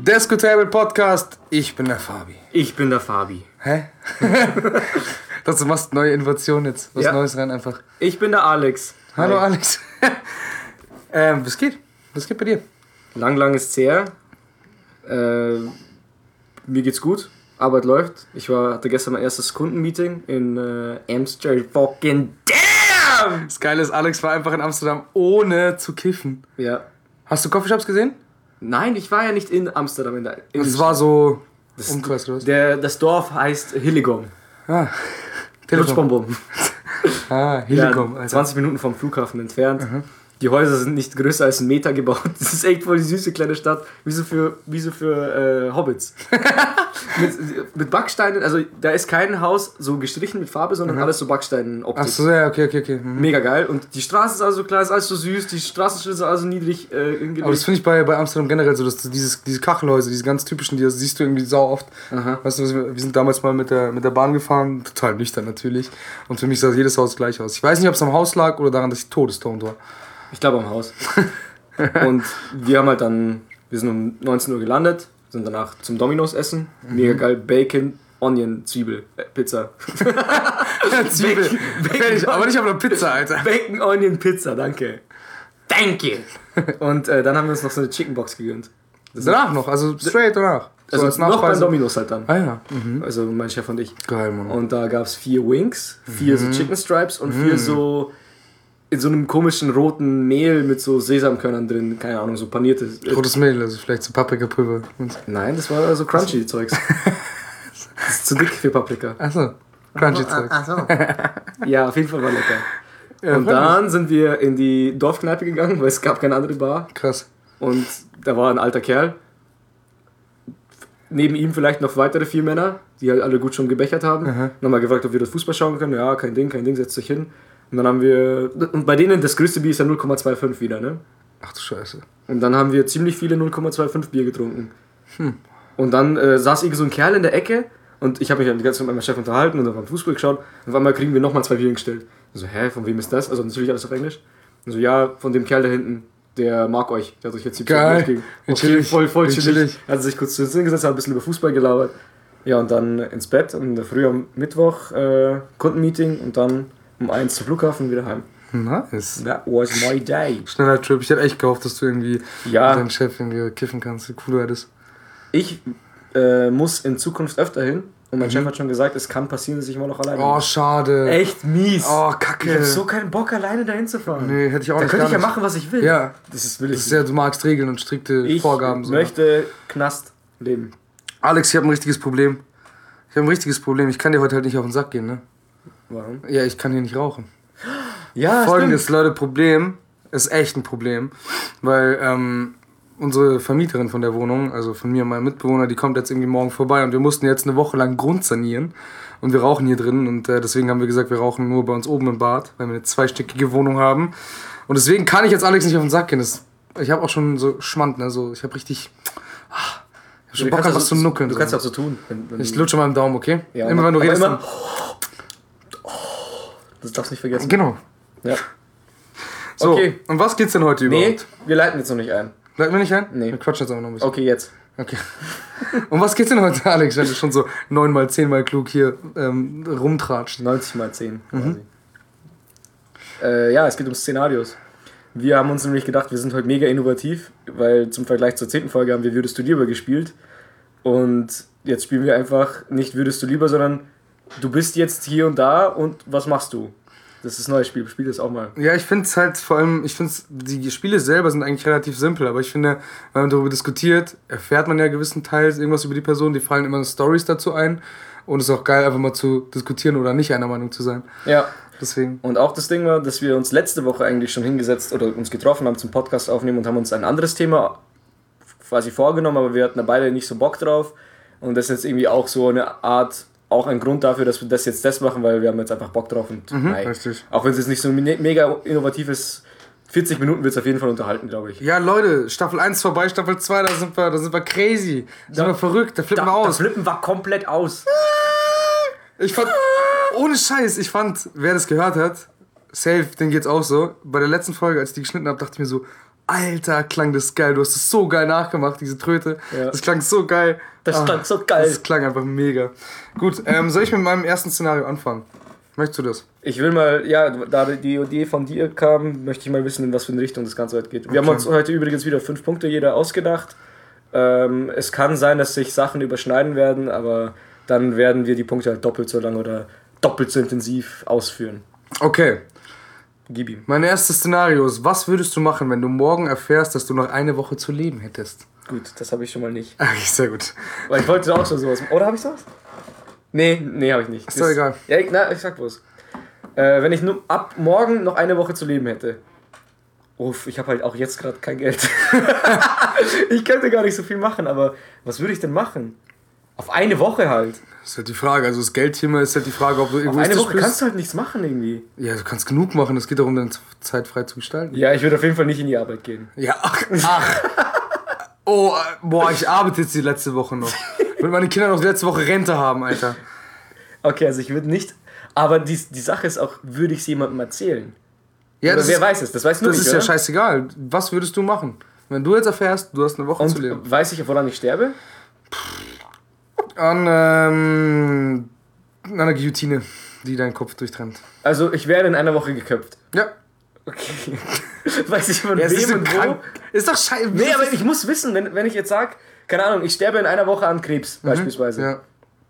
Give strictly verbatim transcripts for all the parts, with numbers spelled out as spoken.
Descotable Podcast. Ich bin der Fabi. Ich bin der Fabi. Hä? Das, du machst neue Innovation jetzt. Was ja. Neues rein einfach. Ich bin der Alex. Hallo Hi. Alex. ähm, was geht? Was geht bei dir? Lang, lang ist es her. Äh, mir geht's gut. Arbeit läuft. Ich war, hatte gestern mein erstes Kundenmeeting in äh, Amsterdam. Fucking damn! Das Geile ist, Alex war einfach in Amsterdam ohne zu kiffen. Ja. Hast du Coffeeshops gesehen? Nein, ich war ja nicht in Amsterdam. In der, in das war so das, Umkreis, oder? Der, das Dorf heißt Hillegom. Ah, Lutschbonbon. Ah, Hillegom. Ja, zwanzig Minuten vom Flughafen entfernt. Mhm. Die Häuser sind nicht größer als ein Meter gebaut. Das ist echt voll die süße kleine Stadt. Wie so für, wie so für äh, Hobbits. mit, mit Backsteinen. Also da ist kein Haus so gestrichen mit Farbe, sondern mhm. alles so Backstein-Optik. Ach so, ja, okay, okay, okay. Mhm. Mega geil. Und die Straße ist also klar, ist alles so süß. Die Straßenschilder sind also niedrig äh, hingelegt. Aber das finde ich bei, bei Amsterdam generell so, dass du dieses, diese Kachelhäuser, diese ganz typischen, die siehst du irgendwie sau oft. Aha. Weißt du, wir sind damals mal mit der, mit der Bahn gefahren, total nüchtern natürlich. Und für mich sah jedes Haus gleich aus. Ich weiß nicht, ob es am Haus lag oder daran, dass ich todestoned war. Ich glaube am Haus. Und wir haben halt dann, wir sind um neunzehn Uhr gelandet, sind danach zum Domino's essen. Mhm. Mega geil, Bacon, Onion, Zwiebel, äh, Pizza. ja, Zwiebel, Bacon, Bacon, aber nicht auf einer Pizza, Alter. Bacon, Onion, Pizza, danke. Danke. Und äh, dann haben wir uns noch so eine Chickenbox gegönnt. Das danach noch, also straight danach. Also als noch beim Domino's halt dann. Ah ja. Mhm. Also mein Chef und ich. Geil, Mann. Und da gab es vier Wings, vier mhm. so Chicken Stripes und vier mhm. so in so einem komischen roten Mehl mit so Sesamkörnern drin, keine Ahnung, so paniertes. Rotes Mehl, also vielleicht so Paprikapulver. Nein, das war so crunchy Zeugs. Das ist zu dick für Paprika. Achso, crunchy Zeugs. Achso. Ja, auf jeden Fall war lecker. Ja, und dann mich. sind wir in die Dorfkneipe gegangen, weil es gab keine andere Bar. Krass. Und da war ein alter Kerl. Neben ihm vielleicht noch weitere vier Männer, die halt alle gut schon gebechert haben. Mhm. Nochmal gefragt, ob wir das Fußball schauen können. Ja, kein Ding, kein Ding, setzt euch hin. Und dann haben wir, und bei denen das größte Bier ist ja null Komma fünfundzwanzig wieder, ne? Ach du Scheiße. Und dann haben wir ziemlich viele null Komma fünfundzwanzig Bier getrunken. Hm. Und dann äh, saß irgend so ein Kerl in der Ecke und ich habe mich die ganze Zeit mit meinem Chef unterhalten und dann beim Fußball geschaut und auf einmal kriegen wir nochmal zwei Bier gestellt. Und so, hä, von wem ist das? Also natürlich alles auf Englisch. Und so, ja, von dem Kerl da hinten, der mag euch. Der hat euch jetzt Geil. gegeben. Okay, voll, voll chillig. Er hat sich kurz zu uns hingesetzt, hat ein bisschen über Fußball gelabert. Ja, und dann ins Bett und in der Früh am Mittwoch äh, Kundenmeeting und dann um eins zum Flughafen wieder heim. Nice. That was my day. Schneller Trip. Ich hätte echt gehofft, dass du irgendwie ja. mit deinem Chef irgendwie kiffen kannst. Wie cool du hättest. Ich äh, muss in Zukunft öfter hin. Und mein mhm. Chef hat schon gesagt, es kann passieren, dass ich immer noch alleine bin. Oh, schade. Echt mies. Oh, kacke. Ich hab so keinen Bock, alleine dahin zu fahren. Nee, hätte ich auch da nicht. Da könnte ich ja nicht. machen, was ich will. Ja. Das ist, will ich das ist ja, du magst Regeln und strikte ich Vorgaben. Ich möchte Knast leben. Alex, ich habe ein richtiges Problem. Ich habe ein richtiges Problem. Ich kann dir heute halt nicht auf den Sack gehen, ne? Warum? Ja, ich kann hier nicht rauchen. Ja, Folgendes, stimmt. Leute, Problem, ist echt ein Problem, weil ähm, unsere Vermieterin von der Wohnung, also von mir und meinem Mitbewohner, die kommt jetzt irgendwie morgen vorbei und wir mussten jetzt eine Woche lang grundsanieren und wir rauchen hier drin und äh, deswegen haben wir gesagt, wir rauchen nur bei uns oben im Bad, weil wir eine zweistöckige Wohnung haben und deswegen kann ich jetzt Alex nicht auf den Sack gehen. Das, ich habe auch schon so Schmand, ne, so, ich habe richtig... Ach, ich hab schon Bock, was zu nuckeln. Du so. kannst auch so tun. Wenn, wenn ich lutsche mal im Daumen, okay? Ja, immer wenn du redest. Immer, das darfst du nicht vergessen. Genau. Ja. So, okay. Und was geht's denn heute überhaupt? Nee, wir leiten jetzt noch nicht ein. Leiten wir nicht ein? Nee. Wir quatschen jetzt aber noch ein bisschen. Okay, jetzt. Okay. Und was geht's denn heute, Alex, wenn du schon so neunmal, zehnmal klug hier ähm, rumtratscht? neunzig mal zehn quasi. Mhm. Äh, ja, es geht um Szenarios. Wir haben uns nämlich gedacht, wir sind heute mega innovativ, weil zum Vergleich zur zehnten Folge haben wir Würdest du lieber gespielt. Und jetzt spielen wir einfach nicht Würdest du lieber, sondern du bist jetzt hier und da und was machst du? Das ist ein neues Spiel, spiel das auch mal. Ja, ich finde es halt vor allem, ich finde die Spiele selber sind eigentlich relativ simpel, aber ich finde, wenn man darüber diskutiert, erfährt man ja gewissenteils irgendwas über die Person, die fallen immer Storys dazu ein und es ist auch geil, einfach mal zu diskutieren oder nicht einer Meinung zu sein. Ja. Deswegen. Und auch das Ding war, dass wir uns letzte Woche eigentlich schon hingesetzt oder uns getroffen haben zum Podcast aufnehmen und haben uns ein anderes Thema quasi vorgenommen, aber wir hatten da beide nicht so Bock drauf und das ist jetzt irgendwie auch so eine Art... Auch ein Grund dafür, dass wir das jetzt das machen, weil wir haben jetzt einfach Bock drauf. Und mhm, nein, richtig. Auch wenn es jetzt nicht so mega innovativ ist, vierzig Minuten wird es auf jeden Fall unterhalten, glaube ich. Ja, Leute, Staffel eins vorbei, Staffel zwei, da sind wir, da sind wir crazy. Da sind wir verrückt, da flippen da, wir aus. Das Flippen war komplett aus. Ich fand, ohne Scheiß, ich fand, wer das gehört hat, safe, denen geht's auch so. Bei der letzten Folge, als ich die geschnitten habe, dachte ich mir so, Alter, klang das geil. Du hast es so geil nachgemacht, diese Tröte. Ja. Das klang so geil. Das ah, klang so geil. Das klang einfach mega. Gut, ähm, soll ich mit meinem ersten Szenario anfangen? Möchtest du das? Ich will mal, ja, da die Idee von dir kam, möchte ich mal wissen, in was für eine Richtung das Ganze heute geht. Wir okay. haben uns heute übrigens wieder fünf Punkte jeder ausgedacht. Ähm, es kann sein, dass sich Sachen überschneiden werden, aber dann werden wir die Punkte halt doppelt so lang oder doppelt so intensiv ausführen. Okay. Gib ihm. Mein erstes Szenario ist, was würdest du machen, wenn du morgen erfährst, dass du noch eine Woche zu leben hättest? Gut, das habe ich schon mal nicht. Ach, sehr gut. Weil ich wollte auch schon sowas. Oder habe ich sowas? Nee, nee, habe ich nicht. Ist doch egal. Ja, ich, na, ich sag bloß. Äh, wenn ich nur ab morgen noch eine Woche zu leben hätte. Uff, ich habe halt auch jetzt gerade kein Geld. Ich könnte gar nicht so viel machen, aber was würde ich denn machen? Auf eine Woche halt. Das ist halt die Frage. Also das Geldthema ist halt die Frage, ob du egoistisch bist. Auf eine Woche bist. Kannst du halt nichts machen irgendwie. Ja, du kannst genug machen. Es geht darum, deine Zeit frei zu gestalten. Ja, ich würde auf jeden Fall nicht in die Arbeit gehen. Ja, ach, ach. Oh, boah, ich arbeite jetzt die letzte Woche noch. Wenn meine Kinder noch die letzte Woche Rente haben, Alter. Okay, also ich würde nicht... Aber die, die Sache ist auch, würde ich es jemandem erzählen? Ja, oder das wer ist, weiß es? Das weißt du das nicht, ist oder? ja scheißegal. Was würdest du machen? Wenn du jetzt erfährst, du hast eine Woche Und zu leben. Weiß ich, woran ich sterbe? An, ähm, an einer Guillotine, die deinen Kopf durchtrennt. Also ich werde in einer Woche geköpft. Ja. Okay. Weiß ich von ja, wem und wo? Ist doch scheiße. Nee, aber ich muss wissen, wenn, wenn ich jetzt sage, keine Ahnung, ich sterbe in einer Woche an Krebs, mhm, beispielsweise. Ja.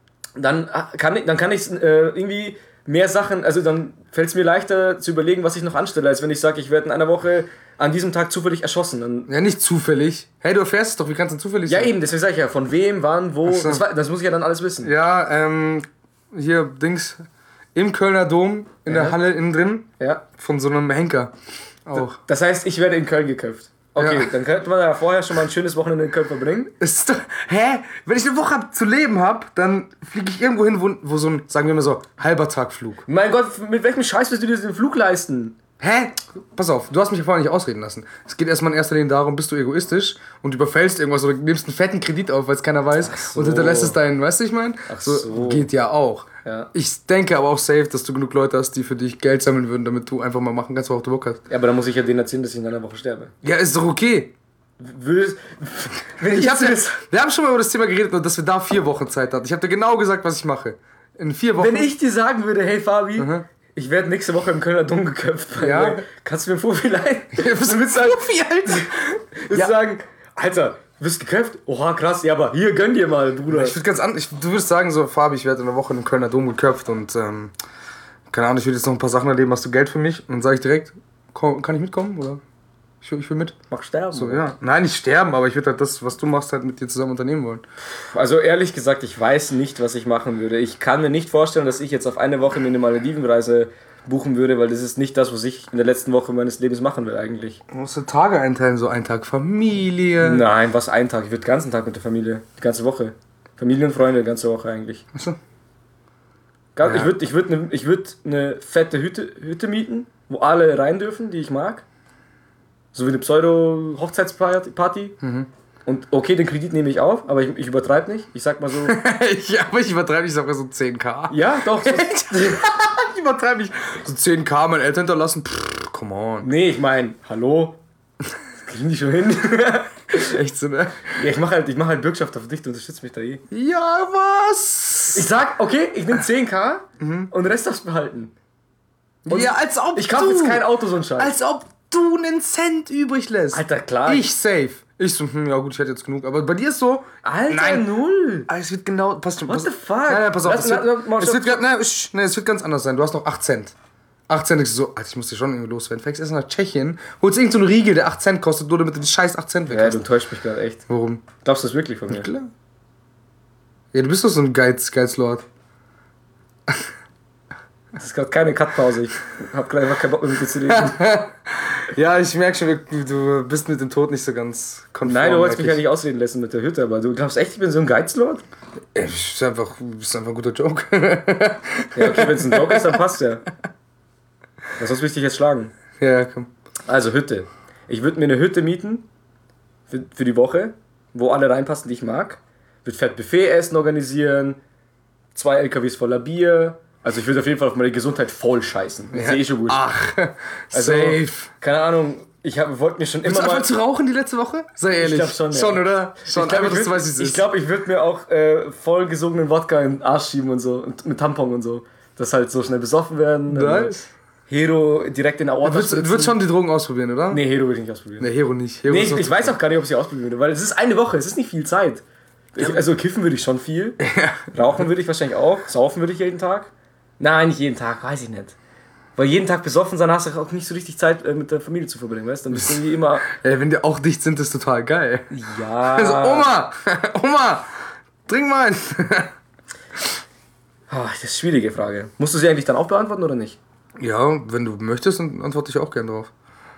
Dann kann ich, dann kann ich äh, irgendwie mehr Sachen, also dann fällt es mir leichter zu überlegen, was ich noch anstelle, als wenn ich sage, ich werde in einer Woche an diesem Tag zufällig erschossen. Dann ja, nicht zufällig. Hey, du erfährst es doch, wie kannst du zufällig ja, sein? Ja, eben, deswegen sage ich ja, von wem, wann, wo, so. das, das muss ich ja dann alles wissen. Ja, ähm, hier, Dings, im Kölner Dom, in ja. der Halle innen drin, ja. von so einem Henker auch. Das heißt, ich werde in Köln geköpft. Okay, ja. Dann könnte man ja vorher schon mal ein schönes Wochenende in Köln verbringen. Ist doch, hä? Wenn ich eine Woche hab, zu leben habe, dann fliege ich irgendwo hin, wo, wo so ein, sagen wir mal so, halber Tagflug. Mein Gott, mit welchem Scheiß willst du dir den Flug leisten? Hä? Pass auf, du hast mich ja vorher nicht ausreden lassen. Es geht erstmal in erster Linie darum, bist du egoistisch und überfällst irgendwas oder nimmst einen fetten Kredit auf, weil es keiner weiß so. Und hinterlässt es deinen, weißt du, ich meine? Ach so. so. Geht ja auch. Ja. Ich denke aber auch safe, dass du genug Leute hast, die für dich Geld sammeln würden, damit du einfach mal machen kannst, worauf du Bock hast. Ja, aber dann muss ich ja denen erzählen, dass ich in einer Woche sterbe. Ja, ist doch okay. Würdest, wenn ich ich hab das, wir haben schon mal über das Thema geredet, dass wir da vier Wochen Zeit hatten. Ich habe dir genau gesagt, was ich mache. In vier Wochen. Wenn ich dir sagen würde, hey Fabi, mhm. ich werde nächste Woche im Kölner Dom geköpft. Ja. Kannst du mir ein Fuffi leihen? Was willst du sagen? Fuffi, Alter? Willst ja. sagen, Alter, du bist geköpft? Oha, krass, ja, aber hier, gönn dir mal, Bruder. Ich würde ganz an, ich, du würdest sagen so, Fabi, ich werde in der Woche im Kölner Dom geköpft und, ähm, keine Ahnung, ich will jetzt noch ein paar Sachen erleben, hast du Geld für mich? Und dann sage ich direkt, komm, kann ich mitkommen, oder? Ich will, ich will mit. Mach sterben. So, ja. Nein, nicht sterben, aber ich würde halt das, was du machst, halt mit dir zusammen unternehmen wollen. Also ehrlich gesagt, ich weiß nicht, was ich machen würde. Ich kann mir nicht vorstellen, dass ich jetzt auf eine Woche mir eine Maledivenreise buchen würde, weil das ist nicht das, was ich in der letzten Woche meines Lebens machen will eigentlich. Du musst Tage einteilen, so ein Tag Familie. Nein, was ein Tag? Ich würde den ganzen Tag mit der Familie. Die ganze Woche. Familie und Freunde, die ganze Woche eigentlich. Achso. Ja. Ich würde ich würd eine würd ne fette Hütte, Hütte mieten, wo alle rein dürfen, die ich mag. So wie eine Pseudo-Hochzeitsparty. Mhm. Und okay, den Kredit nehme ich auf, aber ich, ich übertreibe nicht. Ich sag mal so... ja, aber ich übertreibe nicht, sogar so zehn K. Ja, doch. So ich übertreibe nicht. So zehn K meine Eltern hinterlassen. Pff, come on. Nee, ich meine, hallo? Das kriegen die schon hin. Echt so, ne? Ja, ich mache halt, mach halt Bürgschaft auf dich, du unterstützt mich da eh. Ja, was? Ich sag, okay, ich nehme zehn K mhm. und den Rest darfst du behalten. Und ja, als ob ich kaufe jetzt kein Auto, so ein Scheiß. Als ob du einen Cent übrig lässt. Alter, klar. Ich safe. Ich so, hm, ja gut, ich hätte jetzt genug. Aber bei dir ist so... Alter, nein, null. Es wird genau... Pass, What pass, the fuck? Nein, nein, pass auf. Lass, Es wird, lass, lass, es, wird, nein, nein, es wird ganz anders sein. Du hast noch acht Cent. acht Cent ist so... Alter, ich muss dir schon irgendwie loswerden. Fängst erst nach Tschechien, holst irgend so einen Riegel, der acht Cent kostet, nur damit du die scheiß acht Cent weg hast. Ja, du enttäuscht mich gerade echt. Warum? Glaubst du das wirklich von mir? Klar. Ja, du bist doch so ein Geiz, Geizlord. Das ist gerade keine Cut-Pause. Ich hab gerade einfach keinen Bock mehr mit dir zu reden. Ja, ich merke schon, du bist mit dem Tod nicht so ganz konform. Nein, du wolltest mich ja nicht ausreden lassen mit der Hütte, aber du glaubst echt, ich bin so ein Geizlord? Das ist einfach, das ist einfach ein guter Joke. Ja, okay, wenn es ein Joke ist, dann passt ja. Was sonst will ich dich jetzt schlagen? Ja, komm. Also Hütte. Ich würde mir eine Hütte mieten für, für die Woche, wo alle reinpassen, die ich mag. Würde fett Buffet-Essen organisieren, zwei L K Ws voller Bier. Also ich würde auf jeden Fall auf meine Gesundheit voll scheißen. Das ja. ist eh schon gut. Ach, also, safe. Keine Ahnung, Ich hab, wollte mir schon Willst immer du mal... zu rauchen die letzte Woche? Sei ehrlich. Ich glaube schon, ja. Schon, oder? Schon, ich glaube, einfach, ich, dass du weißt, wie es würd, ich, ist. glaub, ich würde mir auch äh, voll gesungenen Wodka in den Arsch schieben und so. Und mit Tampon und so. Das halt so schnell besoffen werden. Nice. Hero direkt in der Aorta Du würdest schon die Drogen ausprobieren, oder? Nee, Hero würde ich nicht ausprobieren. Nee, Hero nicht. Hero nee, ist ich, ich weiß auch gar nicht, ob ich sie ausprobieren würde, weil es ist eine Woche, es ist nicht viel Zeit. Ich, also kiffen würde ich schon viel. Rauchen würde ich wahrscheinlich auch. Saufen würde ich jeden Tag. Nein, nicht jeden Tag, weiß ich nicht. Weil jeden Tag besoffen sein, hast du auch nicht so richtig Zeit äh, mit der Familie zu verbringen, weißt du? Dann bist du irgendwie immer... Ey, wenn die auch dicht sind, ist total geil. Ja... Also, Oma! Oma! Trink mal einen! Oh, das ist eine schwierige Frage. Musst du sie eigentlich dann auch beantworten oder nicht? Ja, wenn du möchtest, dann antworte ich auch gern drauf.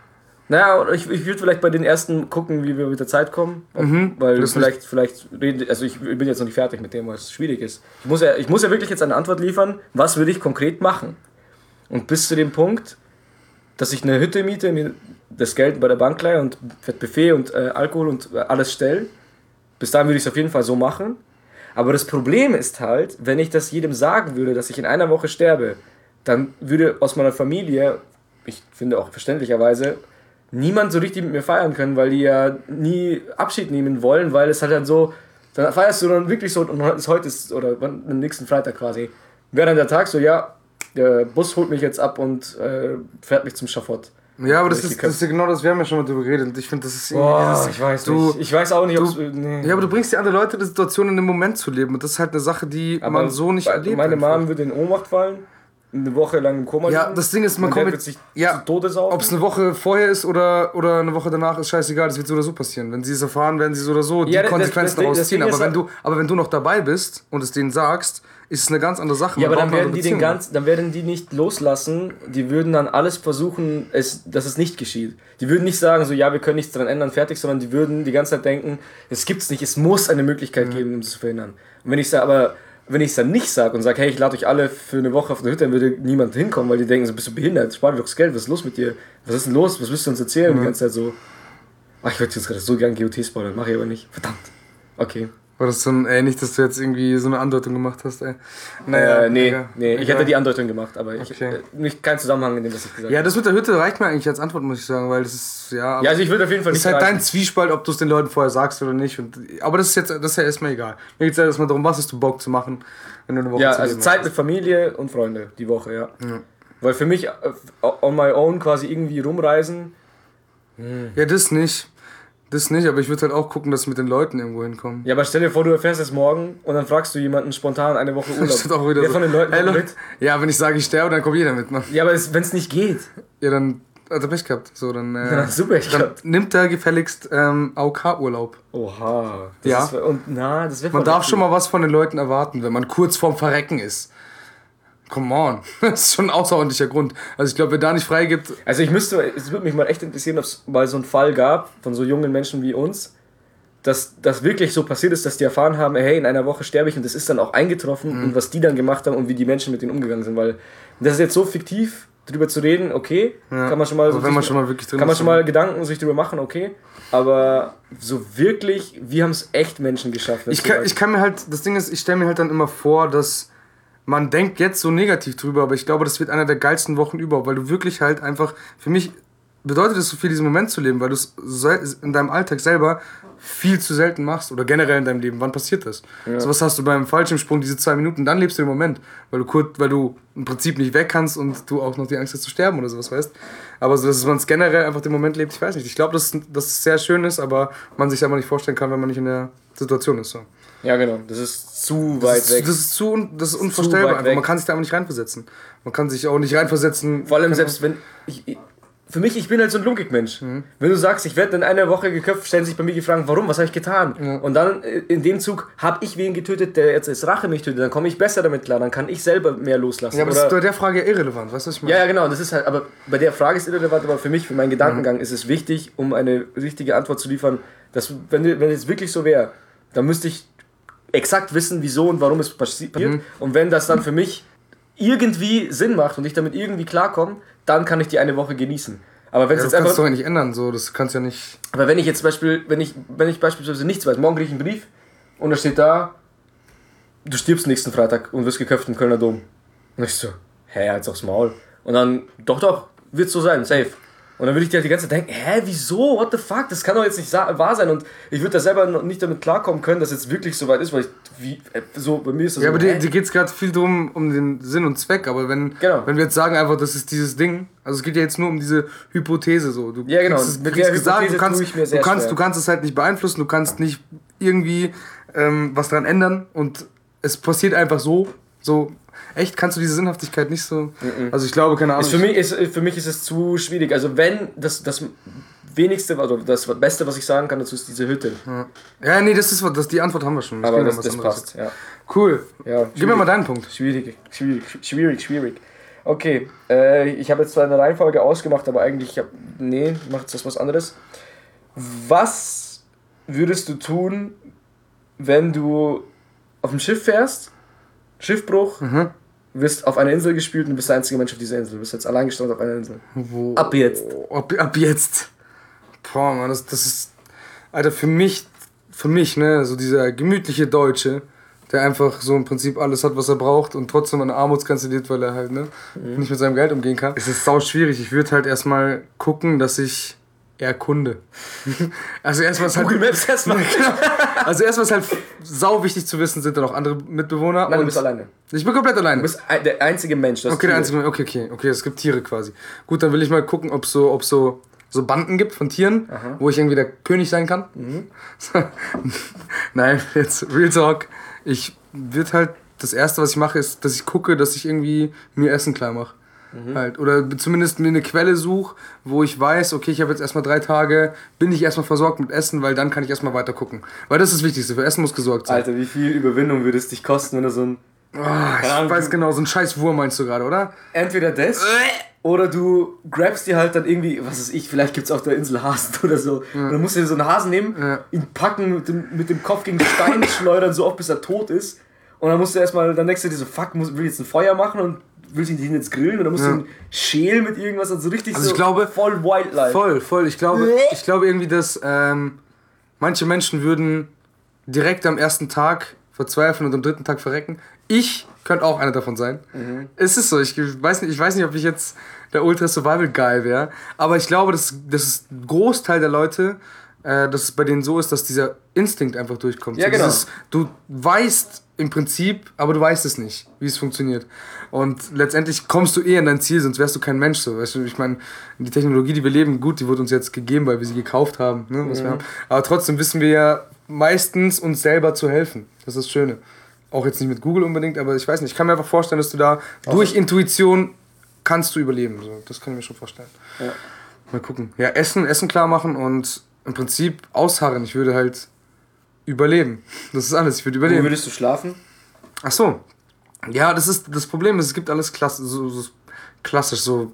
Naja, ich, ich würde vielleicht bei den ersten gucken, wie wir mit der Zeit kommen. Mhm, weil vielleicht, vielleicht reden, also ich bin jetzt noch nicht fertig mit dem, was schwierig ist. Ich muss ja, ich muss ja wirklich jetzt eine Antwort liefern, was würde ich konkret machen? Und bis zu dem Punkt, dass ich eine Hütte miete, mir das Geld bei der Bank leihe und Buffet und äh, Alkohol und äh, alles stelle, bis dahin würde ich es auf jeden Fall so machen. Aber das Problem ist halt, wenn ich das jedem sagen würde, dass ich in einer Woche sterbe, dann würde aus meiner Familie, ich finde auch verständlicherweise, niemand so richtig mit mir feiern können, weil die ja nie Abschied nehmen wollen, weil es halt dann so, dann feierst du dann wirklich so, und heute ist, oder am nächsten Freitag quasi, wäre dann der Tag so, ja, der Bus holt mich jetzt ab und äh, fährt mich zum Schafott. Ja, aber das ist, das ist ja genau das, wir haben ja schon mal drüber geredet und ich finde, das ist irgendwie Boah, dieses, ich weiß du, nicht. Ich weiß auch nicht, ob nee. Ja, aber du bringst die anderen Leute in die Situation, in dem Moment zu leben und das ist halt eine Sache, die aber man so nicht erlebt. Meine einfach. Mom würde in Ohnmacht fallen, eine Woche lang im Koma Ja, liegen. das Ding ist, man kommt mit, sich ja, zu Tode saufen. ob es eine Woche vorher ist oder, oder eine Woche danach, ist scheißegal, das wird so oder so passieren. Wenn sie es erfahren, werden sie so oder so ja, die Konsequenzen daraus ziehen. Aber wenn, halt du, aber wenn du noch dabei bist und es denen sagst, ist es eine ganz andere Sache. Ja, Man aber dann werden, die den Beziehung. ganz, dann werden die nicht loslassen, die würden dann alles versuchen, es, dass es nicht geschieht. Die würden nicht sagen, so ja, wir können nichts daran ändern, fertig, sondern die würden die ganze Zeit denken, es gibt's nicht, es muss eine Möglichkeit mhm. geben, um es zu verhindern. Und wenn ich sage, aber wenn ich es dann nicht sage und sage, hey, ich lade euch alle für eine Woche auf eine Hütte, dann würde niemand hinkommen, weil die denken, so bist du behindert, spar dir doch das Geld, was ist los mit dir? Was ist denn los? Was willst du uns erzählen? Mhm. Die ganze Zeit so, ach, ich würde jetzt gerade so gern G O T spoilern, mache ich aber nicht. Verdammt. Okay. War das so ein, ey, nicht, dass du jetzt irgendwie so eine Andeutung gemacht hast, ey. Naja, äh, nee, ja, nee, ich ja. hätte die Andeutung gemacht, aber ich, okay. äh, nicht, kein Zusammenhang in dem, was ich gesagt habe. Ja, das mit der Hütte reicht mir eigentlich als Antwort, muss ich sagen, weil das ist, ja... Ja, also ich würde auf jeden Fall nicht... Das ist halt reichen. dein Zwiespalt, ob du es den Leuten vorher sagst oder nicht. Und, aber das ist jetzt, das ist ja erstmal egal. Mir geht es ja erstmal darum, was hast du Bock zu machen, wenn du eine Woche Ja, zu also leben Zeit hast. mit Familie und Freunde, die Woche, ja. ja. Weil für mich, äh, on my own quasi irgendwie rumreisen... Hm. Ja, das nicht. Das nicht, aber ich würde halt auch gucken, dass ich mit den Leuten irgendwo hinkomme. Ja, aber stell dir vor, du erfährst es morgen und dann fragst du jemanden spontan eine Woche Urlaub. Das ist auch wieder Wer so. von den Leuten hey, kommt Leute, mit? Ja, wenn ich sage, ich sterbe, dann kommt jeder mit, Mann. Ja, aber wenn es nicht geht, Ja, dann hat er Pech gehabt. So, dann, äh, dann hast du Pech dann gehabt. nimmt er gefälligst ähm, A O K-Urlaub. Oha. Das Ja. Ist, und na, das wäre Man darf schon mal was von den Leuten erwarten, wenn man kurz vorm Verrecken ist. Come on. Das ist schon ein außerordentlicher Grund. Also ich glaube, wer da nicht freigibt... Also ich müsste, es würde mich mal echt interessieren, ob es mal so einen Fall gab von so jungen Menschen wie uns, dass das wirklich so passiert ist, dass die erfahren haben, hey, in einer Woche sterbe ich und das ist dann auch eingetroffen Mhm. und was die dann gemacht haben und wie die Menschen mit denen umgegangen sind, weil das ist jetzt so fiktiv, drüber zu reden, okay, Ja. kann man schon mal, Aber so wenn man sich, schon mal wirklich drin kann man ist, schon mal Gedanken sich drüber machen, okay, aber so wirklich, wir haben es echt Menschen geschafft. Ich kann, ich kann mir halt... Das Ding ist, ich stelle mir halt dann immer vor, dass... Man denkt jetzt so negativ drüber, aber ich glaube, das wird einer der geilsten Wochen überhaupt, weil du wirklich halt einfach... Für mich bedeutet es so viel, diesen Moment zu leben, weil du es in deinem Alltag selber viel zu selten machst oder generell in deinem Leben. Wann passiert das? Ja. So was hast du beim Fallschirmsprung, diese zwei Minuten, dann lebst du den Moment, weil du kurz, weil du im Prinzip nicht weg kannst und du auch noch die Angst hast zu sterben oder sowas, weißt. Aber so, dass man es generell einfach den Moment lebt, ich weiß nicht. Ich glaube, dass, dass es sehr schön ist, aber man sich aber nicht vorstellen kann, wenn man nicht in der Situation ist. So. Ja, genau, das ist zu weit das weg. Ist, das ist zu, das ist unvorstellbar. Einfach. Man kann sich da aber nicht reinversetzen. Man kann sich auch nicht reinversetzen. Vor allem selbst wenn ich, ich für mich, ich bin halt so ein Logikmensch. Mhm. Wenn du sagst, ich werde in einer Woche geköpft, stellen sich bei mir die Fragen, warum, was habe ich getan? Ja. Und dann in dem Zug, habe ich wen getötet, der jetzt als Rache mich tötet, dann komme ich besser damit klar, dann kann ich selber mehr loslassen. Ja, aber Oder das ist bei der Frage ja irrelevant, weißt du, was ich meine? Ja, ja, genau, das ist halt, aber bei der Frage ist irrelevant, aber für mich, für meinen Gedankengang mhm. ist es wichtig, um eine richtige Antwort zu liefern, dass, wenn, wenn es wirklich so wäre, dann müsste ich exakt wissen, wieso und warum es passiert. Mhm. Und wenn das dann für mich irgendwie Sinn macht und ich damit irgendwie klarkomme, dann kann ich die eine Woche genießen. Aber wenn ja, es das jetzt kannst einfach, du doch nicht ändern, so, das kannst ja nicht... Aber wenn ich jetzt zum Beispiel, wenn ich, wenn ich beispielsweise nichts weiß, morgen kriege ich einen Brief und da steht da, du stirbst nächsten Freitag und wirst geköpft im Kölner Dom. Und ich so, hä, jetzt aufs Maul. Und dann, doch, doch, wird so sein, safe. Und dann würde ich dir halt die ganze Zeit denken, hä, wieso, what the fuck, das kann doch jetzt nicht wahr sein. Und ich würde da selber noch nicht damit klarkommen können, dass jetzt wirklich so weit ist, weil ich, wie, so, bei mir ist das ja, so, aber dir, dir geht es gerade viel drum um den Sinn und Zweck, aber wenn, genau. wenn wir jetzt sagen einfach, das ist dieses Ding, also es geht ja jetzt nur um diese Hypothese so. Du ja, genau. kriegst es, mit kriegst der gesagt, du kannst, du, kannst, du kannst es halt nicht beeinflussen, du kannst nicht irgendwie ähm, was dran ändern und es passiert einfach so, so, echt, kannst du diese Sinnhaftigkeit nicht so, mhm. also ich glaube, keine Ahnung. Ist für, mich, ist, für mich ist es zu schwierig, also wenn, das, das wenigste, also das Beste, was ich sagen kann dazu, ist diese Hütte. Ja, ja nee, das ist das, die Antwort haben wir schon. Das aber das, das passt, ja. Cool, ja, gib mir mal deinen Punkt. Schwierig, schwierig, schwierig, schwierig. Okay, äh, ich habe jetzt zwar eine Reihenfolge ausgemacht, aber eigentlich, ich hab, nee, ich mache jetzt das was anderes. Was würdest du tun, wenn du auf dem Schiff fährst, Schiffbruch, mhm. wirst auf eine Insel gespült und du bist der einzige Mensch auf dieser Insel. Du bist jetzt allein gestrandet auf einer Insel. Wo? Ab jetzt. Ab, ab jetzt. Boah, Mann, das, das ist... Alter, für mich, für mich, ne, so dieser gemütliche Deutsche, der einfach so im Prinzip alles hat, was er braucht und trotzdem an der Armutsgrenze lebt, weil er halt, ne, mhm. nicht mit seinem Geld umgehen kann. Es ist sau schwierig. Ich würde halt erstmal gucken, dass ich erkunde. Also erstmal ist halt... Google Maps erstmal. Also erstmal ist halt sau wichtig zu wissen, sind da noch andere Mitbewohner. Nein, und du bist alleine. Ich bin komplett alleine. Du bist der einzige Mensch. Okay, der einzige Mensch. Okay, okay, okay, es gibt Tiere quasi. Gut, dann will ich mal gucken, ob es so, ob so, so Banden gibt von Tieren, aha. wo ich irgendwie der König sein kann. Mhm. Nein, jetzt Real Talk. Ich würde halt, das Erste, was ich mache, ist, dass ich gucke, dass ich irgendwie mir Essen klar mache. Mhm. Halt. Oder zumindest mir eine Quelle suche, wo ich weiß, okay, ich habe jetzt erstmal drei Tage, bin ich erstmal versorgt mit Essen, weil dann kann ich erstmal weiter gucken. Weil das ist das Wichtigste, für Essen muss gesorgt sein. Alter, wie viel Überwindung würde es dich kosten, wenn du so ein... Oh, ich Ahnung, weiß genau, so ein scheiß Wurm meinst du gerade, oder? Entweder das, oder du grabst dir halt dann irgendwie, was weiß ich, vielleicht gibt es auf der Insel Hasen oder so. Ja. Und dann musst du dir so einen Hasen nehmen, ja. ihn packen, mit dem, mit dem Kopf gegen den Stein schleudern, so oft bis er tot ist. Und dann musst du erstmal, dann denkst du dir so, fuck, muss, will ich jetzt ein Feuer machen und willst ihn jetzt grillen und dann musst ja. du ihn schälen mit irgendwas, also richtig also so ich glaube, voll Wildlife. Voll, voll. Ich glaube, ich glaube irgendwie, dass ähm, manche Menschen würden direkt am ersten Tag verzweifeln und am dritten Tag verrecken. Ich könnte auch einer davon sein. Mhm. Es ist so, ich weiß nicht, ich weiß nicht, ob ich jetzt der Ultra-Survival-Guy wäre, aber ich glaube, dass, dass ein Großteil der Leute, äh, dass es bei denen so ist, dass dieser Instinkt einfach durchkommt. Ja, so genau. Dieses, du weißt im Prinzip, aber du weißt es nicht, wie es funktioniert. Und letztendlich kommst du eh an dein Ziel, sonst wärst du kein Mensch. So. Weißt du, ich meine, die Technologie, die wir leben, gut, die wurde uns jetzt gegeben, weil wir sie gekauft haben. Ne, was mhm. wir haben. Aber trotzdem wissen wir ja meistens, uns selber zu helfen. Das ist das Schöne. Auch jetzt nicht mit Google unbedingt, aber ich weiß nicht, ich kann mir einfach vorstellen, dass du da also durch Intuition kannst du überleben. So. Das kann ich mir schon vorstellen. Ja. Mal gucken. Ja, Essen, Essen klar machen und im Prinzip ausharren. Ich würde halt überleben. Das ist alles, ich würde überleben. Wo würdest du schlafen? Ach so. Ja, das ist das Problem, ist, es gibt alles klassisch, so, so klassisch, so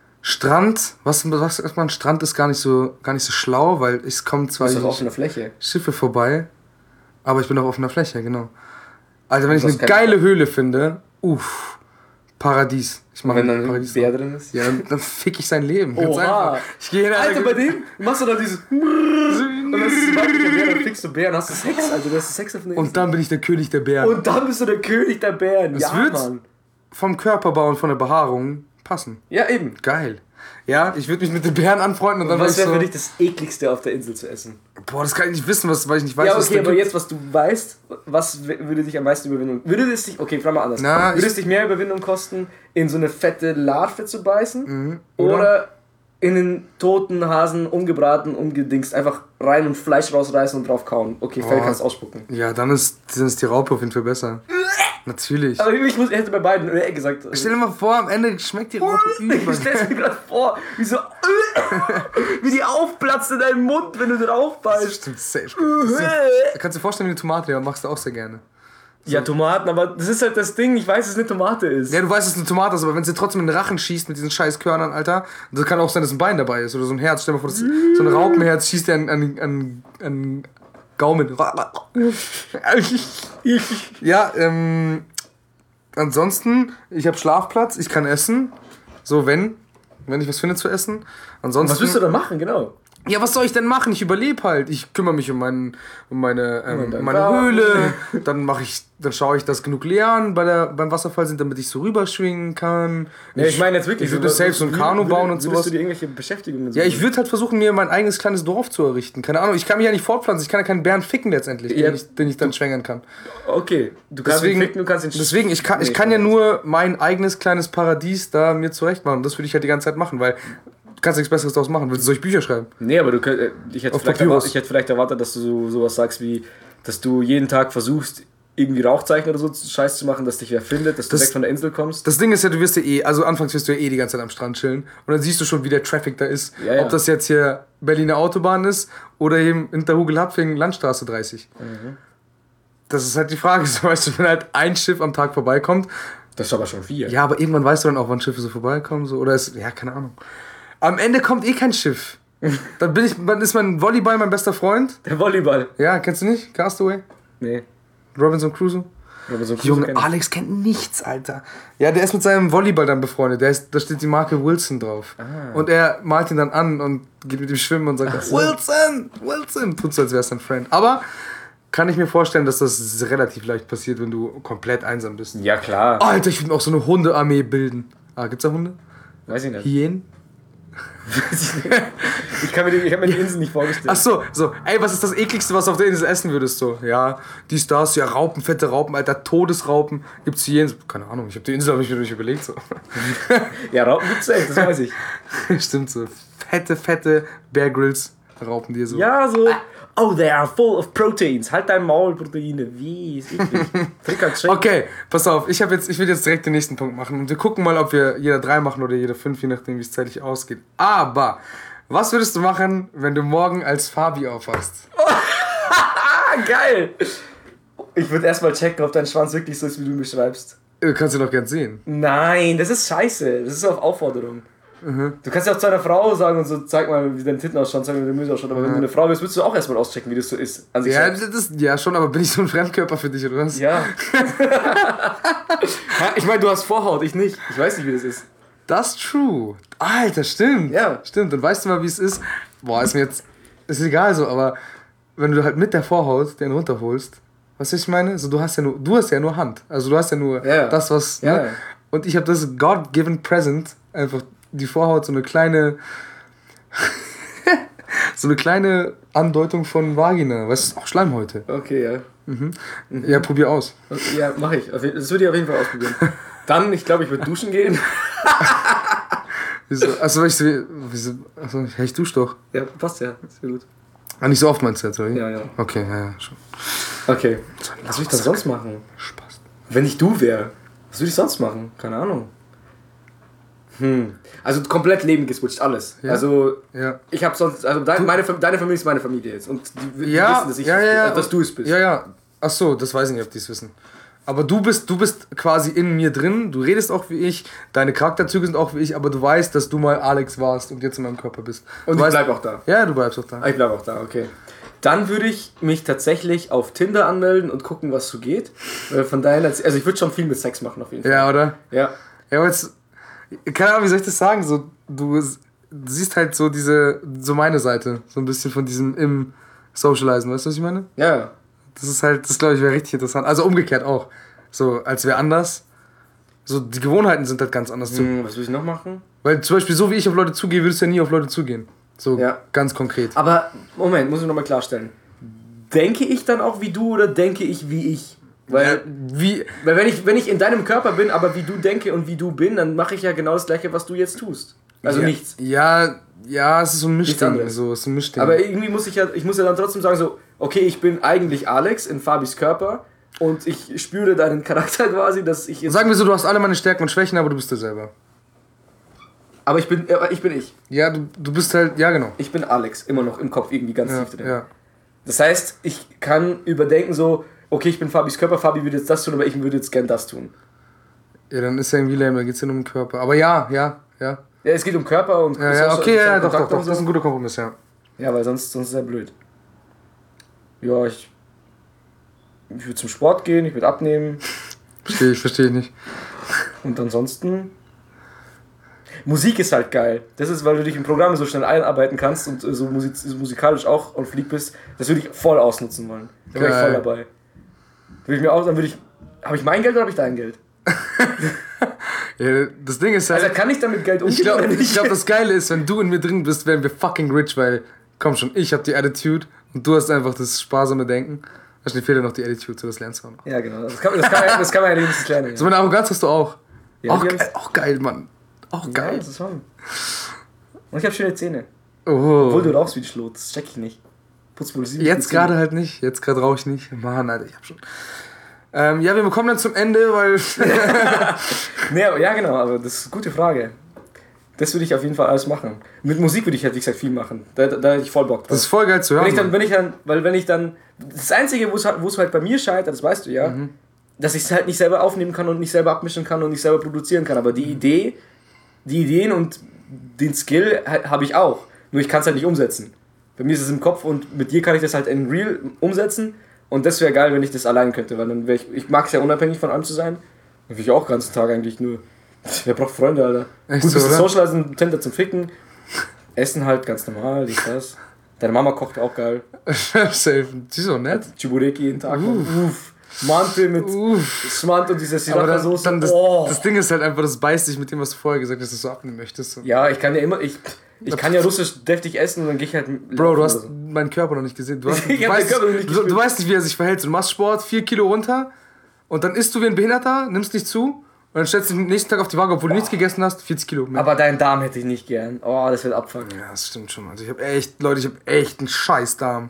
Strand, was, was sagt man, Strand ist gar nicht so, gar nicht so schlau, weil es kommen zwar auf offener Fläche. Schiffe vorbei, aber ich bin auf offener Fläche, genau. Also wenn ich eine geile Höhle finde, uff, Paradies. Ich mache wenn dann Paradies ein Bär drin ist? Ja, dann, dann fick ich sein Leben. Oha. Ich gehe in Alter, bei dem machst du dann dieses und das ist sobald der Bär, dann fickst du Bären, hast du Sex, also du hast Sex auf eine Und dann bin ich der König der Bären. Und dann bist du der König der Bären, das ja, wird Mann. Vom Körperbau und von der Behaarung passen. Ja, eben. Geil. Ja, ich würde mich mit den Bären anfreunden und dann. Was wäre so für dich das ekligste auf der Insel zu essen? Boah, das kann ich nicht wissen, was, weil ich nicht weiß, ja, okay, was da aber gibt. jetzt, was du weißt, was würde dich am meisten Überwindung... Würde es dich... Okay, frag mal anders. Na, würde es dich mehr Überwindung kosten, in so eine fette Larve zu beißen? Mhm. Oder? oder in den toten Hasen umgebraten, umgedingst, einfach rein und Fleisch rausreißen und drauf kauen? Okay, Fell oh. kannst ausspucken. Ja, dann ist, dann ist die Raupe auf jeden Fall besser. Natürlich. Aber ich muss, hätte bei beiden äh, gesagt. Stell dir mal vor, am Ende schmeckt die Raupe übel. Ich stell's mir gerade vor, wie so, wie die aufplatzt in deinem Mund, wenn du drauf beißt. Das stimmt, safe. Das kannst du dir vorstellen, wie eine Tomate, ja, machst du auch sehr gerne. So. Ja, Tomaten, aber das ist halt das Ding, ich weiß, dass es eine Tomate ist. Ja, du weißt, dass es eine Tomate ist, aber wenn sie trotzdem in den Rachen schießt mit diesen scheiß Körnern, Alter, das kann auch sein, dass ein Bein dabei ist oder so ein Herz. Stell dir mal vor, das, so ein Raupenherz schießt dir an, an, an, an Gaumen. Ja, ähm... Ansonsten, ich habe Schlafplatz, ich kann essen. So, wenn, wenn ich was finde zu essen. Ansonsten, was willst du da machen, genau? Ja, was soll ich denn machen? Ich überlebe halt. Ich kümmere mich um, meinen, um meine, ähm, um meine Höhle. Dann mache ich, dann schaue ich, dass genug Lianen bei der, beim Wasserfall sind, damit ich so rüberschwingen kann. Ja, ich, ich meine jetzt wirklich, ich würde so, safe so ein Kanu bauen und sowas. Würdest du dir irgendwelche Beschäftigungen Ja, ich würde halt versuchen, mir mein eigenes kleines Dorf zu errichten. Keine Ahnung, ich kann mich ja nicht fortpflanzen. Ich kann ja keinen Bären ficken letztendlich, ja. den, ich, den ich dann schwängern kann. Okay, du kannst deswegen, ihn ficken, du kannst ihn Deswegen, ich kann, nee, ich kann ja nur mein eigenes kleines Paradies da mir zurecht machen. Das würde ich halt die ganze Zeit machen, weil du kannst nichts Besseres daraus machen. Willst du solche Bücher schreiben? Nee, aber du könnt, ich, hätte vielleicht erwartet, ich hätte vielleicht erwartet, dass du so, sowas sagst wie, dass du jeden Tag versuchst, irgendwie Rauchzeichen oder so Scheiß zu machen, dass dich wer findet, dass du das, weg von der Insel kommst. Das Ding ist ja, du wirst ja eh, also anfangs wirst du ja eh die ganze Zeit am Strand chillen und dann siehst du schon, wie der Traffic da ist. Ja, ja. Ob das jetzt hier Berliner Autobahn ist oder eben hinter Hugelhapfing Landstraße dreißig. Mhm. Das ist halt die Frage, so, weißt du, wenn halt ein Schiff am Tag vorbeikommt. Das ist aber schon vier. Ja, aber irgendwann weißt du dann auch, wann Schiffe so vorbeikommen, so, oder ist, ja, keine Ahnung. Am Ende kommt eh kein Schiff. Dann bin ich, dann ist mein Volleyball mein bester Freund. Der Volleyball. Ja, kennst du nicht? Castaway? Nee. Robinson Crusoe? Robinson Crusoe Junge, kenn Alex kennt nichts, Alter. Ja, der ist mit seinem Volleyball dann befreundet. Der ist, da steht die Marke Wilson drauf. Ah. Und er malt ihn dann an und geht mit ihm schwimmen und sagt, so. Wilson, Wilson. Tut so, als wär's dein Friend. Aber kann ich mir vorstellen, dass das relativ leicht passiert, wenn du komplett einsam bist. Ja, klar. Alter, ich würde auch so eine Hundearmee bilden. Ah, gibt's da Hunde? Weiß ich nicht. Hyänen? ich kann mir die, ich hab mir die Insel nicht vorgestellt. Ach so, so, ey, was ist das ekligste, was du auf der Insel essen würdest? So, ja, die Stars, ja, Raupen, fette Raupen, Alter, Todesraupen. Gibt's Hyänen? Keine Ahnung, ich hab die Insel, hab ich mir nicht überlegt, so. Ja, Raupen gibt's echt, das weiß ich. Stimmt so. Fette, fette Bear Grylls Raupen, die so. Ja, so. Oh, they are full of proteins. Halt dein Maul, Proteine. Wie? Ist eklig. Okay, pass auf. Ich, hab jetzt, ich will jetzt direkt den nächsten Punkt machen. Und wir gucken mal, ob wir jeder drei machen oder jeder fünf, je nachdem, wie es zeitlich ausgeht. Aber, was würdest du machen, wenn du morgen als Fabi aufwachst? Geil! Ich würde erstmal checken, ob dein Schwanz wirklich so ist, wie du mir schreibst. Du kannst ihn doch gern sehen. Nein, das ist scheiße. Das ist auf Aufforderung. Mhm. Du kannst ja auch zu einer Frau sagen und so, zeig mal, wie dein Titten ausschaut, zeig mal, wie dein Müsse ausschaut. Aber mhm. wenn du eine Frau bist, willst du auch erstmal auschecken, wie das so ist. An sich ja, das, ja, schon, aber bin ich so ein Fremdkörper für dich, oder was? Ja. Ich meine, du hast Vorhaut, ich nicht. Ich weiß nicht, wie das ist. Das ist true. Alter, stimmt. Ja. Stimmt. Und weißt du mal, wie es ist? Boah, ist mir jetzt. Ist egal so, aber wenn du halt mit der Vorhaut den runterholst, weißt du, was ich meine? So, du hast ja nur, du hast ja nur Hand. Also du hast ja nur ja. das, was. Ja. Ne? Und ich habe das God-given present, einfach die Vorhaut, so eine kleine. so eine kleine Andeutung von Vagina. Weißt du, auch Schleimhäute. Okay, ja. Mhm. Mhm. Ja, probier aus. Okay, ja, mach ich. Das würde ich auf jeden Fall ausprobieren. Dann, ich glaube, ich würde duschen gehen. Wieso? Achso, ich, wieso, achso, ich dusche doch. Ja, passt ja. Ist ja gut. Ah, nicht so oft meinst du jetzt, oder? Ja, ja. Okay, ja, ja, schon. Okay. Was würde ich dann sonst machen? Spaß. Wenn ich du wäre, was würde ich sonst machen? Keine Ahnung. Hm. Also komplett Leben geswitcht, alles. Ja? Also, ja. Ich habe sonst, also deine, meine, deine Familie ist meine Familie jetzt. Und die, die ja, wissen, dass ich ja, ja, ja. dass du es bist. Ja, ja. Achso, das weiß ich nicht, ob die es wissen. Aber du bist, du bist quasi in mir drin, du redest auch wie ich, deine Charakterzüge sind auch wie ich, aber du weißt, dass du mal Alex warst und jetzt in meinem Körper bist. Und du ich weißt, bleib auch da. Ja, du bleibst auch da. Ich bleib auch da, okay. Dann würde ich mich tatsächlich auf Tinder anmelden und gucken, was so geht. Von daher, also ich würde schon viel mit Sex machen auf jeden Fall. Ja, oder? Ja. Ja, aber jetzt, keine Ahnung, wie soll ich das sagen, so, du, du siehst halt so diese, so meine Seite, so ein bisschen von diesem im Socializen, weißt du, was ich meine? Ja. Das ist halt, das glaube ich wäre richtig interessant. Also umgekehrt auch. So, als wäre anders. So, die Gewohnheiten sind halt ganz anders. Hm, was will ich noch machen? Weil zum Beispiel, so wie ich auf Leute zugehe, würdest du ja nie auf Leute zugehen. So, ja. Ganz konkret. Aber, Moment, muss ich nochmal klarstellen. Denke ich dann auch wie du oder denke ich wie ich? Weil, ja, wie, weil wenn, ich, wenn ich in deinem Körper bin, aber wie du denke und wie du bin, dann mache ich ja genau das Gleiche, was du jetzt tust. Also ja, nichts. Ja, ja, es ist so ein Mischding. So, es ist ein Mischding. Aber irgendwie muss ich ja, ich muss ja dann trotzdem sagen, so, okay, ich bin eigentlich Alex in Fabis Körper und ich spüre deinen Charakter quasi, dass ich jetzt... Sagen wir so, du hast alle meine Stärken und Schwächen, aber du bist du selber. Aber ich bin, aber ich bin ich. Ja, du, du bist halt, ja genau. Ich bin Alex, immer noch im Kopf irgendwie ganz ja, tief drin. Ja. Das heißt, ich kann überdenken so, okay, ich bin Fabis Körper, Fabi würde jetzt das tun, aber ich würde jetzt gern das tun. Ja, dann ist ja irgendwie lame, da geht es ja nur um den Körper. Aber ja, ja, ja. Ja, es geht um Körper und... Ja, ja, okay, ja, doch, doch, doch, das ist ein guter Kompromiss, ja. Ja, weil sonst, sonst ist er blöd. Ja, ich... Ich würde zum Sport gehen, ich würde abnehmen. Verstehe ich, verstehe ich nicht. Und ansonsten... Musik ist halt geil. Das ist, weil du dich in Programme so schnell einarbeiten kannst und so musik musikalisch auch on fleek bist. Das würde ich voll ausnutzen wollen. Da wäre ich voll dabei. Würde ich mir auch, dann würde ich. Habe ich mein Geld oder habe ich dein Geld? Ja, das Ding ist halt. Also kann ich damit Geld umgehen? Ich glaube, glaub, das Geile ist, wenn du in mir drin bist, werden wir fucking rich, weil, komm schon, ich habe die Attitude und du hast einfach das sparsame Denken. Wahrscheinlich fehlt dir noch die Attitude, so das lernst du auch noch. Ja, genau. Das kann, das kann, man, das kann man ja wenigstens lernen. Ja. So eine Arroganz hast du auch. Ja, auch, geil, auch geil, Mann. Auch ja, geil. Das ist schon. Und ich habe schöne Zähne. Oh. Obwohl du rauchst wie ein Schlot, das check ich nicht. Putz wohl sieben. Jetzt gerade halt nicht. Jetzt gerade rauche ich nicht. Mann, Alter, ich hab schon. Ähm, ja, wir kommen dann zum Ende, weil. nee, aber, ja, genau, aber das ist eine gute Frage. Das würde ich auf jeden Fall alles machen. Mit Musik würde ich halt, wie gesagt, viel machen. Da, da, da hätte ich voll Bock drauf. Das ist voll geil zu hören. Wenn ich dann, wenn ich dann, weil wenn ich dann. Das Einzige, wo es halt, wo es halt bei mir scheitert, das weißt du ja, mhm. dass ich es halt nicht selber aufnehmen kann und nicht selber abmischen kann und nicht selber produzieren kann. Aber die Idee, die Ideen und den Skill habe ich auch. Nur ich kann es halt nicht umsetzen. Bei mir ist es im Kopf und mit dir kann ich das halt in Real umsetzen. Und das wäre geil, wenn ich das allein könnte, weil dann wäre ich, ich mag es ja unabhängig von allem zu sein. Dann will ich auch den ganzen Tag eigentlich nur, wer braucht Freunde, Alter? Echt Gut, so, bisschen Socializen, Tinder zum Ficken, Essen halt ganz normal, dies, das. Deine Mama kocht auch geil. Safe, die ist so nett. Chibureki jeden Tag. Uff. Uff. Mantel mit Smant und dieser Sriracha-Soße. Das, oh. das Ding ist halt einfach, das beißt dich mit dem, was du vorher gesagt hast, dass du abnehmen möchtest. Ja, ich kann ja immer, ich, ich kann ja russisch deftig essen und dann gehe ich halt... Bro, du hast so. meinen Körper noch nicht gesehen. Du, hast, du, weißt, du, du weißt nicht, wie er sich verhält. Du machst Sport, vier Kilo runter und dann isst du wie ein Behinderter, nimmst nicht zu und dann stellst du den nächsten Tag auf die Waage, obwohl du nichts gegessen hast, vierzig Kilo mehr. Aber deinen Darm hätte ich nicht gern. Oh, das wird abfangen. Ja, das stimmt schon. Also ich habe echt, Leute, ich habe echt einen scheiß Darm.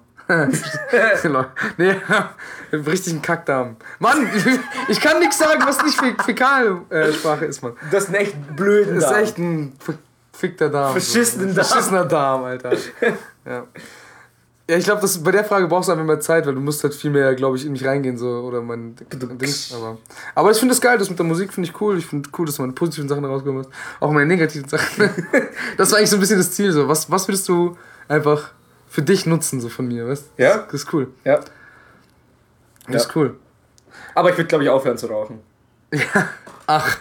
nee, ich hab richtig einen Kackdarm. Mann, ich, ich kann nichts sagen, was nicht Fäkalsprache äh, ist, Mann. Das ist ein echt blöder Darm. Das ist echt ein fickter Darm. Verschissenen so. Darm. Verschissener Darm, Alter. Ja. Ja, ich glaube, bei der Frage brauchst du einfach mehr Zeit, weil du musst halt viel mehr, glaube ich, in mich reingehen, so, oder mein Ding. Aber, aber ich finde das geil, das mit der Musik finde ich cool. Ich finde cool, dass du meine positiven Sachen rausgekommen hast. Auch meine negativen Sachen. Das war eigentlich so ein bisschen das Ziel, so. Was, was würdest du einfach für dich nutzen, so von mir, weißt du? Ja. Das ist cool. Ja. Das ja. ist cool. Aber ich würde, glaube ich, aufhören zu rauchen. Ja. Ach.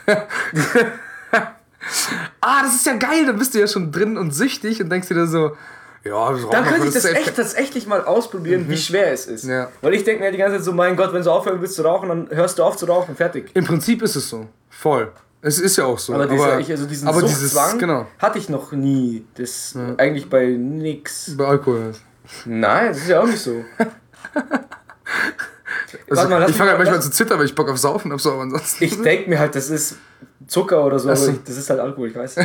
Ah, das ist ja geil, dann bist du ja schon drin und süchtig und denkst dir da so, ja, das dann könnte ich das echt tatsächlich mal ausprobieren, mhm. wie schwer es ist. Ja. Weil ich denke mir die ganze Zeit so, mein Gott, wenn du aufhören willst zu rauchen, dann hörst du auf zu rauchen, fertig. Im Prinzip ist es so. Voll. Es ist ja auch so. Aber, dieser, aber, ich, also diesen aber Suchtzwang dieses, genau. hatte ich noch nie. Das ja. eigentlich bei nix. Bei Alkohol. Nein, das ist ja auch nicht so. Also, mal, ich fange halt manchmal zu zittern, weil ich Bock auf Saufen habe, so, aber ansonsten. Ich denke mir halt, das ist Zucker oder so, aber ich, das ist halt Alkohol, ich weiß.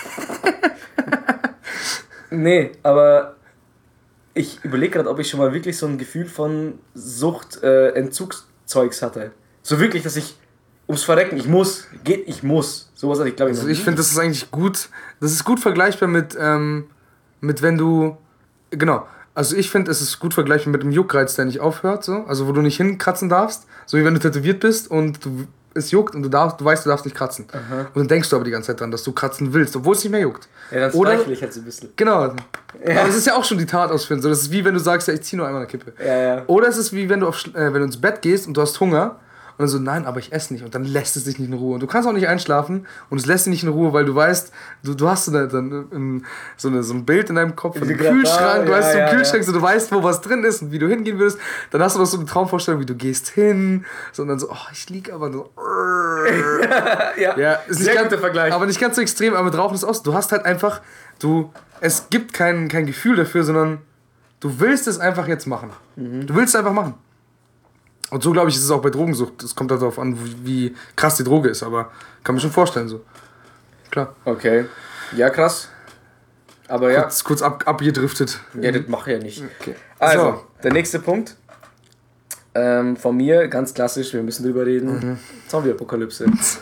Nee, aber ich überlege gerade, ob ich schon mal wirklich so ein Gefühl von Sucht, äh, Entzugszeugs hatte. So wirklich, dass ich ums Verrecken, ich muss, geht, ich muss. Sowas hatte ich, glaube ich, Also ich finde, das ist eigentlich gut, das ist gut vergleichbar mit, ähm, mit wenn du, genau, also ich finde, es ist gut vergleichbar mit dem Juckreiz, der nicht aufhört, so, also wo du nicht hinkratzen darfst, so wie wenn du tätowiert bist und du, es juckt und du, darfst, du weißt, du darfst nicht kratzen. Aha. Und dann denkst du aber die ganze Zeit dran, dass du kratzen willst, obwohl es nicht mehr juckt. Ja, dann streichle ich halt so ein bisschen. Genau. Ja. Aber das ist ja auch schon die Tat ausführen, so, das ist wie wenn du sagst, ja, ich zieh nur einmal eine Kippe. Ja, ja. Oder es ist wie wenn du, auf, äh, wenn du ins Bett gehst und du hast Hunger. Und dann so, nein, aber ich esse nicht. Und dann lässt es dich nicht in Ruhe. Und du kannst auch nicht einschlafen und es lässt dich nicht in Ruhe, weil du weißt, du, du hast so, eine, so, eine, so ein Bild in deinem Kopf von einem Kühlschrank. Du ja, weißt, so ein ja, Kühlschrank, ja. So, du weißt, wo was drin ist und wie du hingehen würdest. Dann hast du noch so eine Traumvorstellung, wie du gehst hin. So, und dann so, oh, ich lieg aber so. ja, ja, ist sehr nicht guter ganz, Vergleich. Aber nicht ganz so extrem, aber mit Rauchen ist aus. Du hast halt einfach, du, es gibt kein, kein Gefühl dafür, sondern du willst es einfach jetzt machen. Mhm. Du willst es einfach machen. Und so, glaube ich, ist es auch bei Drogensucht. Es kommt halt darauf an, wie krass die Droge ist, aber kann mir schon vorstellen, so. Klar. Okay. Ja, krass. Aber ja. Kurz, kurz ab, abgedriftet. Ja, das mache ich ja nicht. Okay. Also, so. Der nächste Punkt. Ähm, von mir, ganz klassisch, wir müssen drüber reden. Mhm. Zombie-Apokalypse.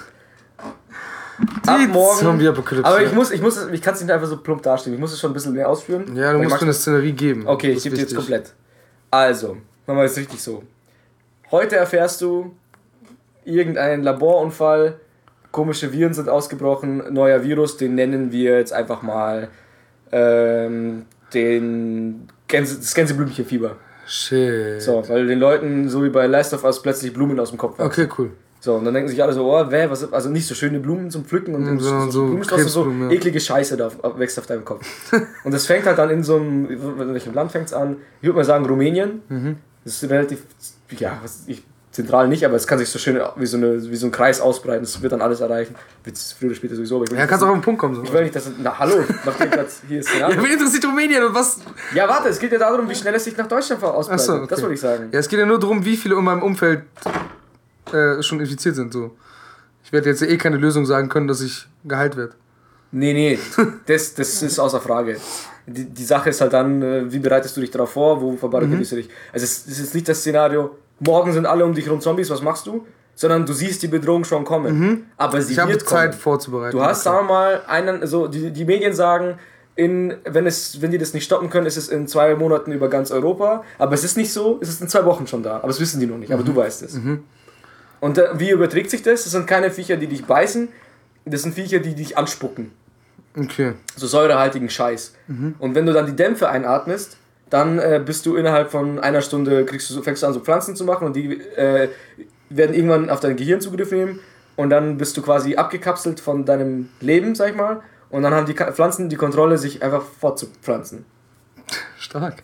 Ab morgen. Zombie-Apokalypse. Aber ich muss, ich muss, ich kann es nicht einfach so plump darstellen. Ich muss es schon ein bisschen mehr ausführen. Ja, du musst mir eine Szenerie geben. Okay, ich gebe dir jetzt komplett. Also, machen wir jetzt richtig so. Heute erfährst du, irgendein Laborunfall, komische Viren sind ausgebrochen, neuer Virus, den nennen wir jetzt einfach mal ähm, den Gänse, das Gänseblümchenfieber. Shit. So, weil den Leuten, so wie bei Last of Us, plötzlich Blumen aus dem Kopf wachsen. Okay, cool. So, und dann denken sich alle so, oh, weh, was, also nicht so schöne Blumen zum Pflücken und mhm, so, so, so Blumenstrauß, so ja. eklige Scheiße da wächst auf deinem Kopf. Und das fängt halt dann in so einem, in welchem Land fängt es an? Ich würde mal sagen Rumänien. Mhm. Das ist relativ, ja, was ich, zentral nicht, aber es kann sich so schön wie so, eine, wie so ein Kreis ausbreiten, das wird dann alles erreichen. Wird es früher oder später sowieso. Aber ja, kannst auch auf den Punkt kommen. So. Ich will nicht, dass, na hallo, mach dir grad, hier ist ja, wen interessiert Rumänien und was? Ja, warte, es geht ja darum, wie schnell es sich nach Deutschland ausbreitet. So, okay. Das wollte ich sagen. Ja, es geht ja nur darum, wie viele in meinem Umfeld äh, schon infiziert sind. So. Ich werde jetzt eh keine Lösung sagen können, dass ich geheilt werde. Nee, nee, das, das ist außer Frage. Die, die Sache ist halt dann, wie bereitest du dich darauf vor, wo verbarrikadierst mhm. du dich? Also es ist jetzt nicht das Szenario, morgen sind alle um dich rum Zombies, was machst du? Sondern du siehst die Bedrohung schon kommen. Mhm. Aber sie ich wird habe Zeit kommen. vorzubereiten. Du hast, sagen wir mal, einen, also die, die Medien sagen, in, wenn, es, wenn die das nicht stoppen können, ist es in zwei Monaten über ganz Europa. Aber es ist nicht so, es ist in zwei Wochen schon da. Aber das wissen die noch nicht, aber mhm. du weißt es. Mhm. Und äh, wie überträgt sich das? Das sind keine Viecher, die dich beißen, das sind Viecher, die dich anspucken. Okay. So säurehaltigen Scheiß. Mhm. Und wenn du dann die Dämpfe einatmest, dann äh, bist du innerhalb von einer Stunde, kriegst du, fängst du an, so Pflanzen zu machen und die äh, werden irgendwann auf dein Gehirn Zugriff nehmen und dann bist du quasi abgekapselt von deinem Leben, sag ich mal, und dann haben die Pflanzen die Kontrolle, sich einfach fortzupflanzen. Stark.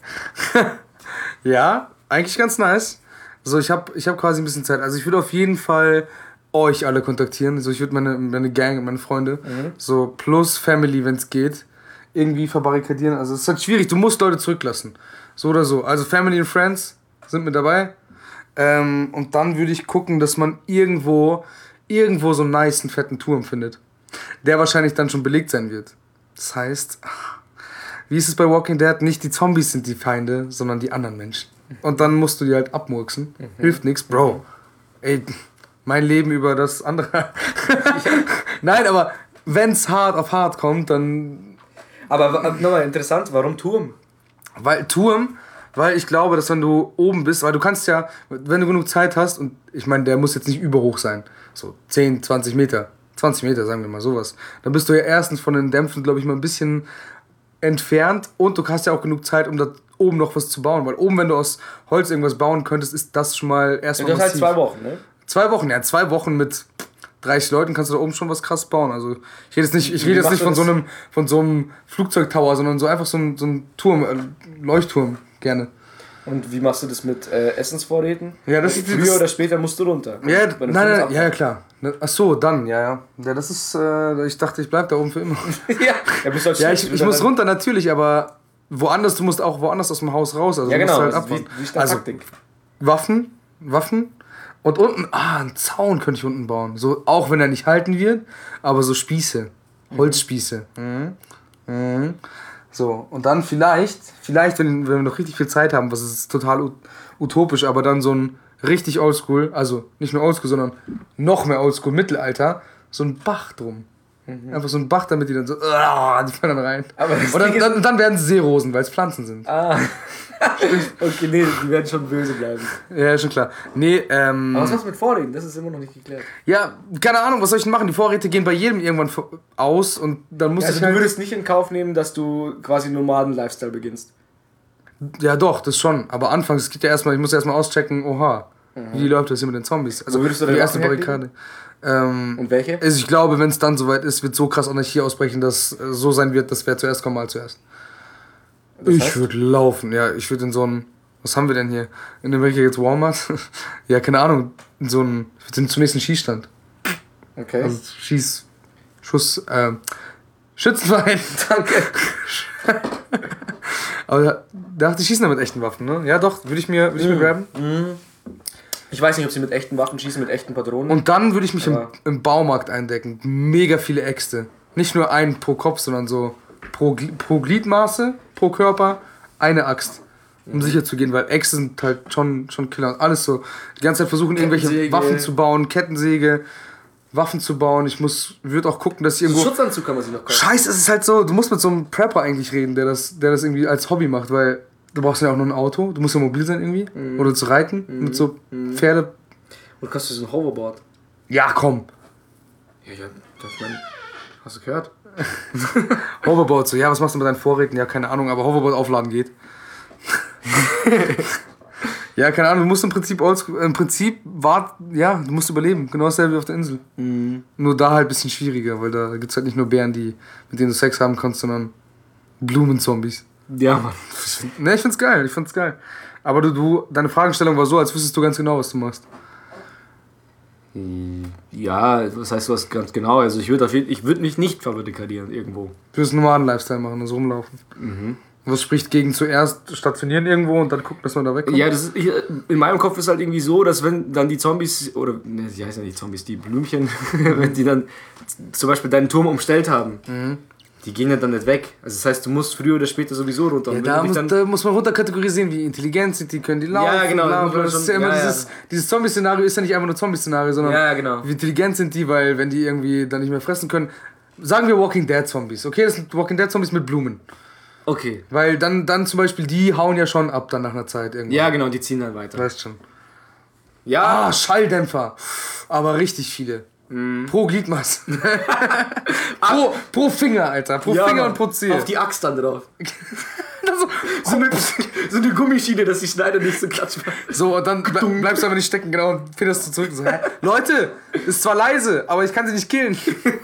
Ja, eigentlich ganz nice. Also ich habe ich hab quasi ein bisschen Zeit. Also ich würde auf jeden Fall euch alle kontaktieren. Also ich würde meine, meine Gang, meine Freunde, mhm. so plus Family, wenn es geht, irgendwie verbarrikadieren. Also es ist halt schwierig, du musst Leute zurücklassen. So oder so. Also Family und Friends sind mit dabei. Ähm, und dann würde ich gucken, dass man irgendwo, irgendwo so einen nicen, fetten Turm findet. Der wahrscheinlich dann schon belegt sein wird. Das heißt, wie ist es bei Walking Dead? Nicht die Zombies sind die Feinde, sondern die anderen Menschen. Und dann musst du die halt abmurksen. Mhm. Hilft nichts, Bro. Ey, mein Leben über das andere. Nein, aber wenn's hart auf hart kommt, dann... Aber nochmal interessant, warum Turm? Weil Turm, weil ich glaube, dass wenn du oben bist, weil du kannst ja, wenn du genug Zeit hast, und ich meine, der muss jetzt nicht überhoch sein, so zehn, zwanzig Meter, zwanzig Meter, sagen wir mal, sowas. Dann bist du ja erstens von den Dämpfen, glaube ich, mal ein bisschen entfernt und du hast ja auch genug Zeit, um da oben noch was zu bauen, weil oben, wenn du aus Holz irgendwas bauen könntest, ist das schon mal erstmal ja, das massiv. Halt zwei Wochen, ne? Zwei Wochen, ja, zwei Wochen mit dreißig Leuten kannst du da oben schon was krass bauen. Also ich rede jetzt nicht, ich rede jetzt nicht von so einem, von so einem Flugzeugtower, sondern so einfach so ein, so ein Turm, äh, Leuchtturm gerne. Und wie machst du das mit äh, Essensvorräten? Ja, das ist früher das oder später musst du runter. Ja, nein, nein, ja, ja, klar. Ach so, dann, ja, ja. Ja, das ist, äh, ich dachte, ich bleib da oben für immer. ja, ja, bist halt ja, ich, ich muss runter natürlich, aber woanders, du musst auch woanders aus dem Haus raus. Also ja, genau. Halt also wie, wie ist also Taktik? Waffen, Waffen. Und unten, ah, einen Zaun könnte ich unten bauen. So, auch wenn er nicht halten wird, aber so Spieße. Holzspieße. Mhm. Mhm. So, und dann vielleicht, vielleicht, wenn, wenn wir noch richtig viel Zeit haben, was ist total utopisch, aber dann so ein richtig oldschool, also nicht nur oldschool, sondern noch mehr oldschool, Mittelalter, so ein Bach drum. Mhm. Einfach so ein Bach, damit die dann so, uh, die fallen dann rein. Aber und dann, dann, dann werden es Seerosen, weil es Pflanzen sind. Ah. Okay, nee, die werden schon böse bleiben. Ja, schon klar. Nee, ähm... Aber was machst du mit Vorräten? Das ist immer noch nicht geklärt. Ja, keine Ahnung, was soll ich denn machen? Die Vorräte gehen bei jedem irgendwann aus und dann muss ja, also ich halt... du würdest nicht in Kauf nehmen, dass du quasi Nomaden-Lifestyle beginnst? Ja doch, das schon. Aber anfangs, es geht ja erstmal, ich muss erstmal auschecken, oha, mhm. wie läuft das hier mit den Zombies? Also würdest du die erste Barrikade. Ähm, und welche? Also ich glaube, wenn es dann soweit ist, wird so krass Anarchie ausbrechen, dass äh, so sein wird, dass wer zuerst kommt, mal zuerst. Das ich würde laufen, ja. Ich würde in so ein, was haben wir denn hier? In dem welcher jetzt Walmart? Ja, keine Ahnung. In so ein, ich würde zunächst einen Schießstand. Okay. Also Schieß, Schuss, äh, Schützenverein. Danke. Aber da dachte ich, schießen da mit echten Waffen, ne? Ja, doch, würde ich mir, würd ich mir graben. Mhm. Ich weiß nicht, ob sie mit echten Waffen schießen, mit echten Patronen. Und dann würde ich mich im, im Baumarkt eindecken. Mega viele Äxte. Nicht nur einen pro Kopf, sondern so pro, pro Gliedmaße, pro Körper, eine Axt. Um mhm. sicher zu gehen, weil Äxte sind halt schon, schon Killer. Alles so. Die ganze Zeit versuchen, irgendwelche Waffen zu bauen, Kettensäge, Waffen zu bauen. Ich muss, würde auch gucken, dass ich irgendwo... So Schutzanzug kann man sich noch kaufen. Scheiße, es ist halt so, du musst mit so einem Prepper eigentlich reden, der das, der das irgendwie als Hobby macht, weil... Du brauchst ja auch noch ein Auto, du musst ja mobil sein irgendwie. Mhm. Oder zu reiten mhm. mit so mhm. Pferde. Und kannst du so ein Hoverboard? Ja, komm. Ja, ja, das mein, hast du gehört? Hoverboard, so, ja, was machst du mit deinen Vorräten? Ja, keine Ahnung, aber Hoverboard aufladen geht. Ja, keine Ahnung, du musst im Prinzip oldschool, im Prinzip war, ja, du musst überleben, genau dasselbe wie auf der Insel. Mhm. Nur da halt ein bisschen schwieriger, weil da gibt es halt nicht nur Bären, die, mit denen du Sex haben kannst, sondern Blumenzombies. Ja, Mann. Ne, ich find's geil, ich find's geil. Aber du, du, deine Fragestellung war so, als wüsstest du ganz genau, was du machst. Ja, was heißt was ganz genau? Also ich würde ich würd mich nicht verbarrikadieren irgendwo. Du wirst einen Nomaden-Lifestyle machen, also rumlaufen. Mhm. Was spricht gegen zuerst stationieren irgendwo und dann gucken, dass man da wegkommt? Ja, das ist, ich, in meinem Kopf ist halt irgendwie so, dass wenn dann die Zombies, oder ne, die heißen ja nicht Zombies, die Blümchen, wenn die dann zum Beispiel deinen Turm umstellt haben, mhm. die gehen ja dann nicht weg. Also das heißt, du musst früher oder später sowieso runter. Ja, da, muss, da muss man runterkategorisieren, wie intelligent sind die, können die laufen. Ja, genau. Bla, bla. Das ist ja immer ja, dieses, ja. dieses Zombie-Szenario ist ja nicht einfach nur Zombie-Szenario, sondern ja, genau. wie intelligent sind die, weil wenn die irgendwie dann nicht mehr fressen können. Sagen wir Walking Dead Zombies, okay? Das sind Walking Dead Zombies mit Blumen. Okay. Weil dann, dann zum Beispiel, die hauen ja schon ab dann nach einer Zeit irgendwann. Ja, genau, die ziehen dann weiter. Weißt schon. Ja. Ah, Schalldämpfer. Aber richtig viele. Mm. Pro Gliedmaß. pro, pro Finger, Alter. Pro ja, Finger Mann. Und pro Ziel. Auf die Axt dann drauf. so, so, eine, so eine Gummischiene, dass die Schneider nicht so klatsch macht. So, und dann bleibst du aber nicht stecken, genau, und findest du zurück und so, hä? Leute, ist zwar leise, aber ich kann sie nicht killen.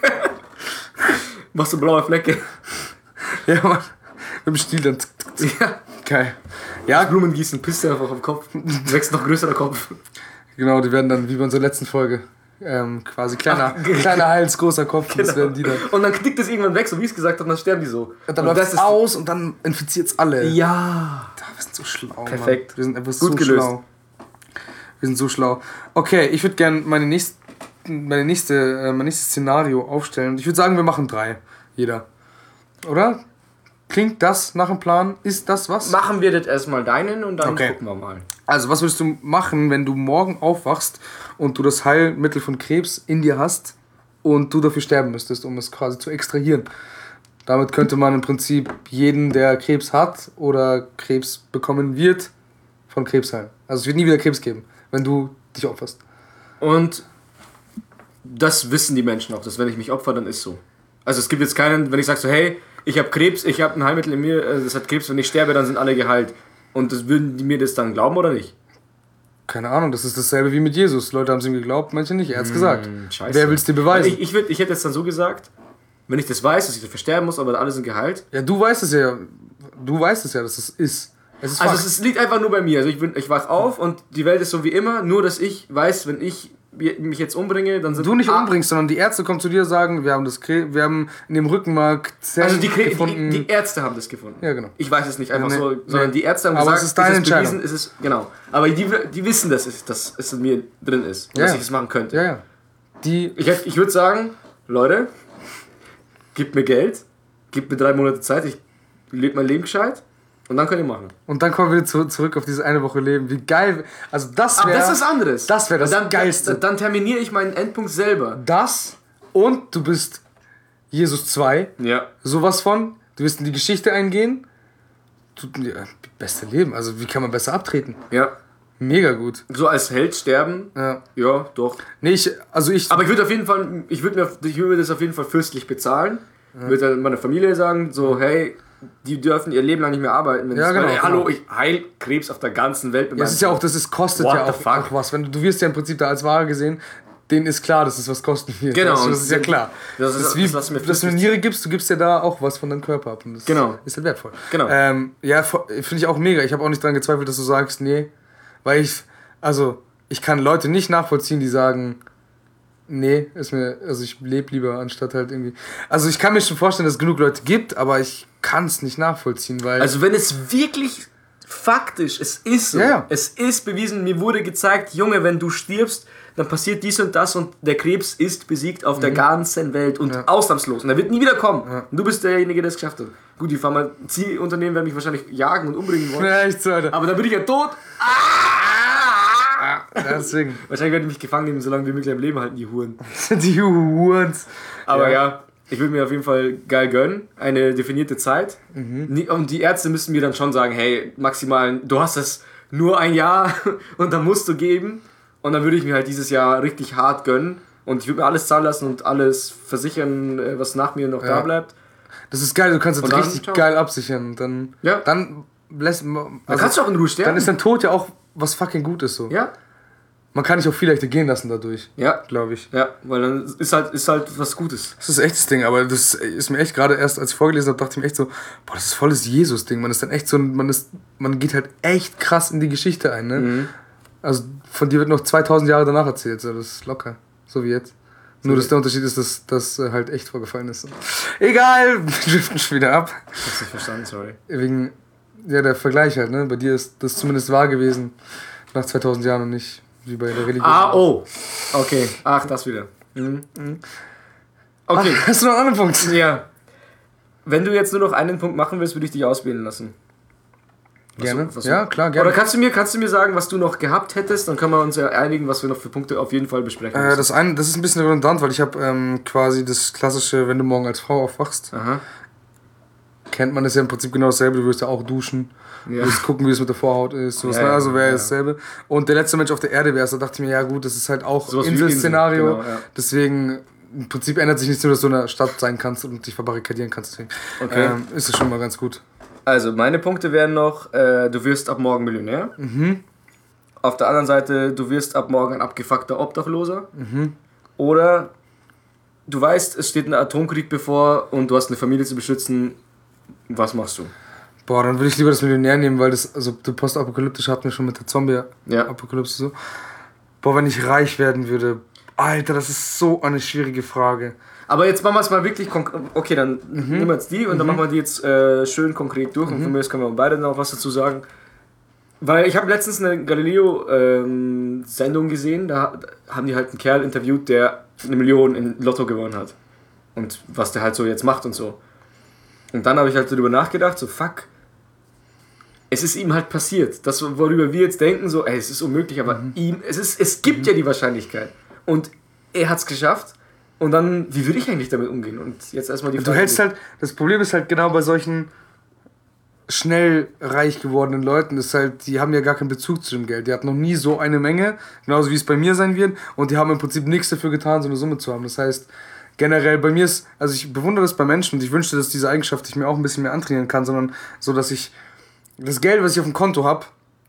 Machst du blaue Flecke. Ja, Mann. Mit dem Stiel dann. Ja. Geil. Ja, Blumen gießen, pisst dir einfach auf den Kopf. Wächst noch größerer Kopf. Genau, die werden dann, wie bei unserer letzten Folge, ähm, quasi kleiner, Ach, kleiner Hals, großer Kopf. Genau. Das werden die dann. Und dann knickt es irgendwann weg, so wie ich es gesagt habe, und dann sterben die so. Und dann läuft es aus und dann infiziert es alle. Ja. Da, wir sind so schlau, Perfekt. Mann. Wir sind einfach Gut so gelöst. schlau. Wir sind so schlau. Okay, ich würde gerne meine nächste, meine nächste, äh, mein nächstes Szenario aufstellen. Ich würde sagen, wir machen drei. Jeder. Oder? Klingt das nach dem Plan? Ist das was? Machen wir das erstmal deinen und dann okay. gucken wir mal. Also, was würdest du machen, wenn du morgen aufwachst und du das Heilmittel von Krebs in dir hast und du dafür sterben müsstest, um es quasi zu extrahieren? Damit könnte man im Prinzip jeden, der Krebs hat oder Krebs bekommen wird, von Krebs heilen. Also, es wird nie wieder Krebs geben, wenn du dich opferst. Und das wissen die Menschen auch, dass wenn ich mich opfer, dann ist so. Also, es gibt jetzt keinen, wenn ich sage so, hey, ich habe Krebs, ich habe ein Heilmittel in mir, das hat Krebs, wenn ich sterbe, dann sind alle geheilt. Und das, würden die mir das dann glauben oder nicht? Keine Ahnung, das ist dasselbe wie mit Jesus. Leute haben es ihm geglaubt, manche nicht. Er hat es gesagt. Hm, scheiße. Wer will es dir beweisen? Ich, ich, würd, ich hätte jetzt dann so gesagt, wenn ich das weiß, dass ich dafür sterben muss, aber alle sind geheilt. Ja, du weißt es ja. Du weißt es ja, dass es ist. Es ist also Fakt. es liegt einfach nur bei mir. Also ich, bin, ich wach auf und die Welt ist so wie immer, nur dass ich weiß, wenn ich mich jetzt umbringe, dann sind... Du nicht umbringst, sondern die Ärzte kommen zu dir und sagen, wir haben das Krebs, wir haben in dem Rückenmark Zellen also die, gefunden. Die, die Ärzte haben das gefunden. Ja, genau. Ich weiß es nicht einfach nee, so, sondern nee. die Ärzte haben aber gesagt, es ist deine ist Entscheidung. Bewiesen, ist es, genau. Aber die, die wissen, dass es, dass es in mir drin ist und ja. dass ich es machen könnte. Ja, ja. Die ich ich würde sagen, Leute, gebt mir Geld, gebt mir drei Monate Zeit, ich lebe mein Leben gescheit. Und dann könnt ihr machen. Und dann kommen wir zu, zurück auf diese eine Woche Leben. Wie geil. Also das wäre... Aber das ist anderes. Das wäre das dann, Geilste. Dann, dann terminiere ich meinen Endpunkt selber. Das und du bist Jesus zwei. Ja. Sowas von. Du wirst in die Geschichte eingehen. Du, ja, beste Leben. Also wie kann man besser abtreten? Ja. Mega gut. So als Held sterben? Ja. Ja, doch. Nee, ich... Also ich... Aber ich würde auf jeden Fall... Ich würde mir, ich würde das auf jeden Fall fürstlich bezahlen. Ich ja. würde dann meiner Familie sagen, so, hey... Die dürfen ihr Leben lang nicht mehr arbeiten. Wenn ja, genau, meine, genau. Hallo, ich heil Krebs auf der ganzen Welt. Ja, das ist ja auch, das ist, kostet What ja auch, auch was. Wenn du, du wirst ja im Prinzip da als Ware gesehen, denen ist klar, dass es was kosten wird. Genau. Das, das ist ja klar. Das ist, das ist wie, das, mir dass du eine Niere gibst, du gibst ja da auch was von deinem Körper ab. Und das genau. ist halt wertvoll. Genau. Ähm, ja, finde ich auch mega. Ich habe auch nicht daran gezweifelt, dass du sagst, nee. Weil ich, also, ich kann Leute nicht nachvollziehen, die sagen, nee, ist mir, also ich lebe lieber, anstatt halt irgendwie. Also ich kann mir schon vorstellen, dass es genug Leute gibt, aber ich kann es nicht nachvollziehen, weil... Also wenn es wirklich faktisch, es ist so, ja, ja. es ist bewiesen, mir wurde gezeigt, Junge, wenn du stirbst, dann passiert dies und das und der Krebs ist besiegt auf mhm. der ganzen Welt und ja. ausnahmslos und er wird nie wieder kommen. Ja. Und du bist derjenige, der es geschafft hat. Gut, die Pharmazieunternehmen werden mich wahrscheinlich jagen und umbringen wollen. Ja, echt so, Alter. Aber dann bin ich ja tot. Ah! Ja, deswegen. Wahrscheinlich werden die mich gefangen nehmen, solange wir mit im Leben halten, die Huren. Die Huren. Aber ja. ja. Ich würde mir auf jeden Fall geil gönnen, eine definierte Zeit. Mhm. Und die Ärzte müssten mir dann schon sagen, hey, maximal, du hast das nur ein Jahr und dann musst du geben. Und dann würde ich mir halt dieses Jahr richtig hart gönnen. Und ich würde mir alles zahlen lassen und alles versichern, was nach mir noch ja. da bleibt. Das ist geil, du kannst das dann, richtig ciao. geil absichern. Dann, ja. dann lässt also, dann kannst du auch in Ruhe sterben. Dann ist dein Tod ja auch was fucking gut ist so. Ja. Man kann nicht auch viel leichter gehen lassen dadurch. Ja. Glaube ich. Ja, weil dann ist halt, ist halt was Gutes. Das ist echt das Ding, aber das ist mir echt gerade erst, als ich vorgelesen habe, dachte ich mir echt so, boah, das ist voll das Jesus-Ding. Man ist dann echt so, man ist, man geht halt echt krass in die Geschichte ein, ne? Mhm. Also von dir wird noch zweitausend Jahre danach erzählt, so, das ist locker. So wie jetzt. So Nur, dass der Unterschied ist, dass das halt echt vorgefallen ist. Egal, wir driften schon wieder ab. Ich hab's nicht verstanden, sorry. Wegen, ja, der Vergleich halt, ne? Bei dir ist das zumindest wahr gewesen, nach zweitausend Jahren und nicht wie bei der Religion. Ah, oh. Okay. Ach, das wieder. Mhm. Okay. Ach, hast du noch einen anderen Punkt? Ja. Wenn du jetzt nur noch einen Punkt machen willst, würde ich dich auswählen lassen. Was gerne. Du, was ja, du, klar, gerne. Oder kannst du, mir, kannst du mir sagen, was du noch gehabt hättest? Dann können wir uns ja einigen, was wir noch für Punkte auf jeden Fall besprechen müssen. Äh, das, eine, das ist ein bisschen redundant, weil ich habe ähm, quasi das klassische, wenn du morgen als Frau aufwachst, Aha. kennt man das ja im Prinzip genau dasselbe. Du wirst ja auch duschen. Ja. Du wirst gucken, wie es mit der Vorhaut ist. Sowas, ja, ne? Also wäre ja, ja dasselbe. Und der letzte Mensch auf der Erde wäre es. Da dachte ich mir, ja gut, das ist halt auch so Insel-Szenario. Genau, ja. Deswegen, im Prinzip ändert sich nichts, nur dass du in der Stadt sein kannst und dich verbarrikadieren kannst. Deswegen okay. ähm, ist es schon mal ganz gut. Also, meine Punkte wären noch, äh, du wirst ab morgen Millionär. Mhm. Auf der anderen Seite, du wirst ab morgen ein abgefuckter Obdachloser. Mhm. Oder du weißt, es steht ein Atomkrieg bevor und du hast eine Familie zu beschützen. Was machst du? Boah, dann würde ich lieber das Millionär nehmen, weil das, also die Postapokalyptische hatten wir schon mit der Zombie-Apokalypse ja. so. Boah, wenn ich reich werden würde, Alter, das ist so eine schwierige Frage. Aber jetzt machen wir es mal wirklich konkret. Okay, dann mhm. nehmen wir jetzt die und mhm. dann machen wir die jetzt äh, schön konkret durch. Mhm. Und von mir aus können wir beide noch was dazu sagen. Weil ich habe letztens eine Galileo-Sendung ähm, gesehen, da haben die halt einen Kerl interviewt, der eine Million in Lotto gewonnen hat. Und was der halt so jetzt macht und so. Und dann habe ich halt darüber nachgedacht, so fuck, es ist ihm halt passiert. Das, worüber wir jetzt denken, so, ey, es ist unmöglich, aber mhm. ihm, es, ist, es gibt mhm. ja die Wahrscheinlichkeit. Und er hat es geschafft. Und dann, wie würde ich eigentlich damit umgehen? Und jetzt erstmal die Frage. Du hältst halt, das Problem ist halt genau bei solchen schnell reich gewordenen Leuten, ist halt, die haben ja gar keinen Bezug zu dem Geld. Die hatten noch nie so eine Menge, genauso wie es bei mir sein wird. Und die haben im Prinzip nichts dafür getan, so eine Summe zu haben. Das heißt, generell bei mir ist, also ich bewundere das bei Menschen und ich wünschte, dass diese Eigenschaft ich mir auch ein bisschen mehr antrainieren kann, sondern so, dass ich das Geld, was ich auf dem Konto habe,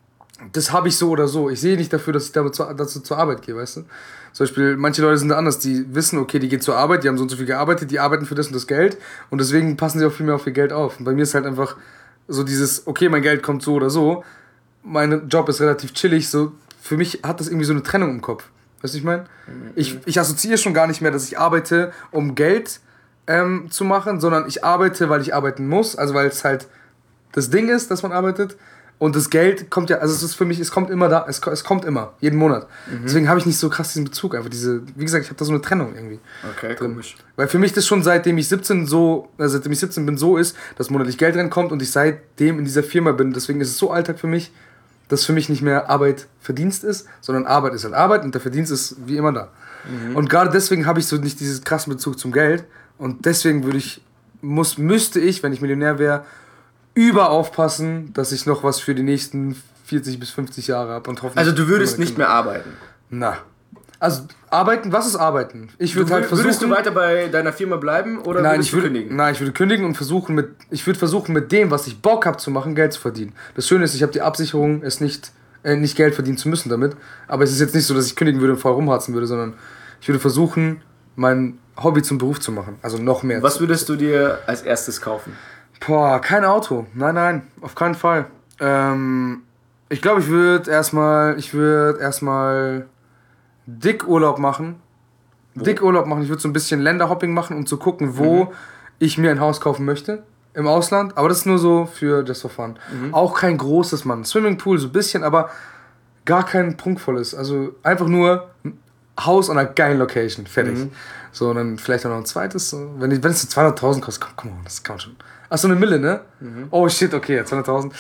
das habe ich so oder so. Ich sehe nicht dafür, dass ich damit zu, dazu zur Arbeit gehe, weißt du? Zum Beispiel, manche Leute sind da anders, die wissen, okay, die gehen zur Arbeit, die haben so und so viel gearbeitet, die arbeiten für das und das Geld und deswegen passen sie auch viel mehr auf ihr Geld auf. Und bei mir ist halt einfach so dieses, okay, mein Geld kommt so oder so, mein Job ist relativ chillig, so, für mich hat das irgendwie so eine Trennung im Kopf. Weißt du, ich meine? Ich, ich assoziiere schon gar nicht mehr, dass ich arbeite, um Geld ähm, zu machen, sondern ich arbeite, weil ich arbeiten muss, also weil es halt das Ding ist, dass man arbeitet. Und das Geld kommt ja, also es ist für mich, es kommt immer da, es, es kommt immer, jeden Monat. Mhm. Deswegen habe ich nicht so krass diesen Bezug, einfach diese, wie gesagt, ich habe da so eine Trennung irgendwie. Okay, drin. Komisch. Weil für mich das schon seitdem ich siebzehn so, also seitdem ich siebzehn bin, so ist, dass monatlich Geld reinkommt und ich seitdem in dieser Firma bin. Deswegen ist es so Alltag für mich, dass für mich nicht mehr Arbeit Verdienst ist, sondern Arbeit ist halt Arbeit und der Verdienst ist wie immer da. Mhm. Und gerade deswegen habe ich so nicht diesen krassen Bezug zum Geld und deswegen würde ich, muss, müsste ich, wenn ich Millionär wäre, über aufpassen, dass ich noch was für die nächsten vierzig bis fünfzig Jahre habe. Und also du würdest nicht mehr arbeiten? Na. Also arbeiten, was ist arbeiten? Ich würde halt versuchen... Würdest du weiter bei deiner Firma bleiben oder nein, würdest ich du würde, kündigen? Nein, ich würde kündigen und versuchen mit... Ich würde versuchen mit dem, was ich Bock habe zu machen, Geld zu verdienen. Das Schöne ist, ich habe die Absicherung, es nicht, äh, nicht Geld verdienen zu müssen damit. Aber es ist jetzt nicht so, dass ich kündigen würde und voll rumharzen würde, sondern ich würde versuchen, mein Hobby zum Beruf zu machen. Also noch mehr. Was würdest du dir als erstes kaufen? Boah, kein Auto. Nein, nein, auf keinen Fall. Ähm, ich glaube, ich würde erstmal, ich würde erstmal dick Urlaub machen. Wo? Dick Urlaub machen. Ich würde so ein bisschen Länderhopping machen, um zu gucken, wo mhm. ich mir ein Haus kaufen möchte. Im Ausland. Aber das ist nur so für just for fun. Mhm. Auch kein großes, Mann. Swimmingpool so ein bisschen, aber gar kein prunkvolles. Also einfach nur ein Haus an einer geilen Location. Fertig. Mhm. So, und dann vielleicht auch noch ein zweites. So. Wenn, wenn es so zweihunderttausend kostet, komm, komm on, das kann man schon. Ach so, eine Mille, ne? Mhm. Oh shit, okay, zweihunderttausend.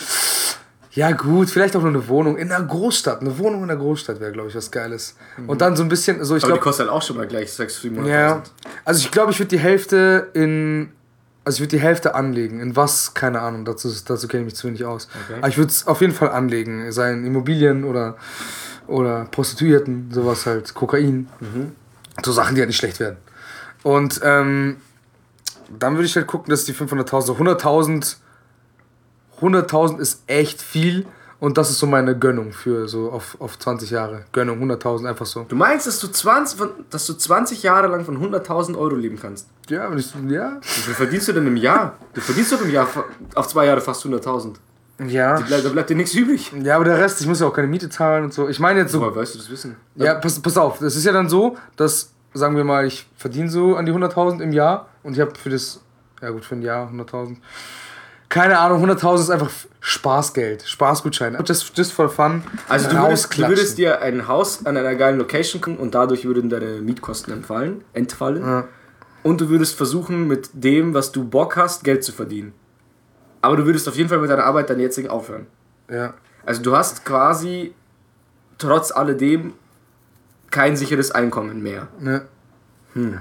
Ja gut, vielleicht auch nur eine Wohnung in einer Großstadt. Eine Wohnung in einer Großstadt wäre, glaube ich, was Geiles. Mhm. Und dann so ein bisschen... Also ich Aber glaub, die kostet halt auch schon mal gleich sechshunderttausend, siebenhunderttausend. Ja, also ich glaube, ich würde die Hälfte in... Also ich würde die Hälfte anlegen. In was? Keine Ahnung, dazu, dazu kenne ich mich zu wenig aus. Okay. Aber ich würde es auf jeden Fall anlegen. Seien Immobilien oder, oder Prostituierten, sowas halt, Kokain. Mhm. So Sachen, die halt nicht schlecht werden. Und ähm, dann würde ich halt gucken, dass die fünfhunderttausend, hunderttausend, hunderttausend ist echt viel Und das ist so meine Gönnung für so auf, auf zwanzig Jahre. Gönnung, hunderttausend, einfach so. Du meinst, dass du zwanzig, von, dass du zwanzig Jahre lang von hunderttausend Euro leben kannst? Ja, wenn ich, ja. Wie viel verdienst du denn im Jahr? Du verdienst doch im Jahr auf zwei Jahre fast hunderttausend. Ja. Die bleib, da bleibt dir nichts übrig. Ja, aber der Rest, ich muss ja auch keine Miete zahlen und so. Ich meine jetzt so... Woher weißt du das wissen? Ja, pass, pass auf, das ist ja dann so, dass, sagen wir mal, ich verdiene so an die hunderttausend im Jahr und ich habe für das, ja gut, für ein Jahr hunderttausend. Keine Ahnung, hunderttausend ist einfach Spaßgeld, Spaßgutschein. Just, just for fun. Also du würdest, du würdest dir ein Haus an einer geilen Location kaufen und dadurch würden deine Mietkosten entfallen. entfallen. Ja. Und du würdest versuchen, mit dem, was du Bock hast, Geld zu verdienen. Aber du würdest auf jeden Fall mit deiner Arbeit deiner jetzigen aufhören. Ja. Also du hast quasi trotz alledem kein sicheres Einkommen mehr. Ne. Hm.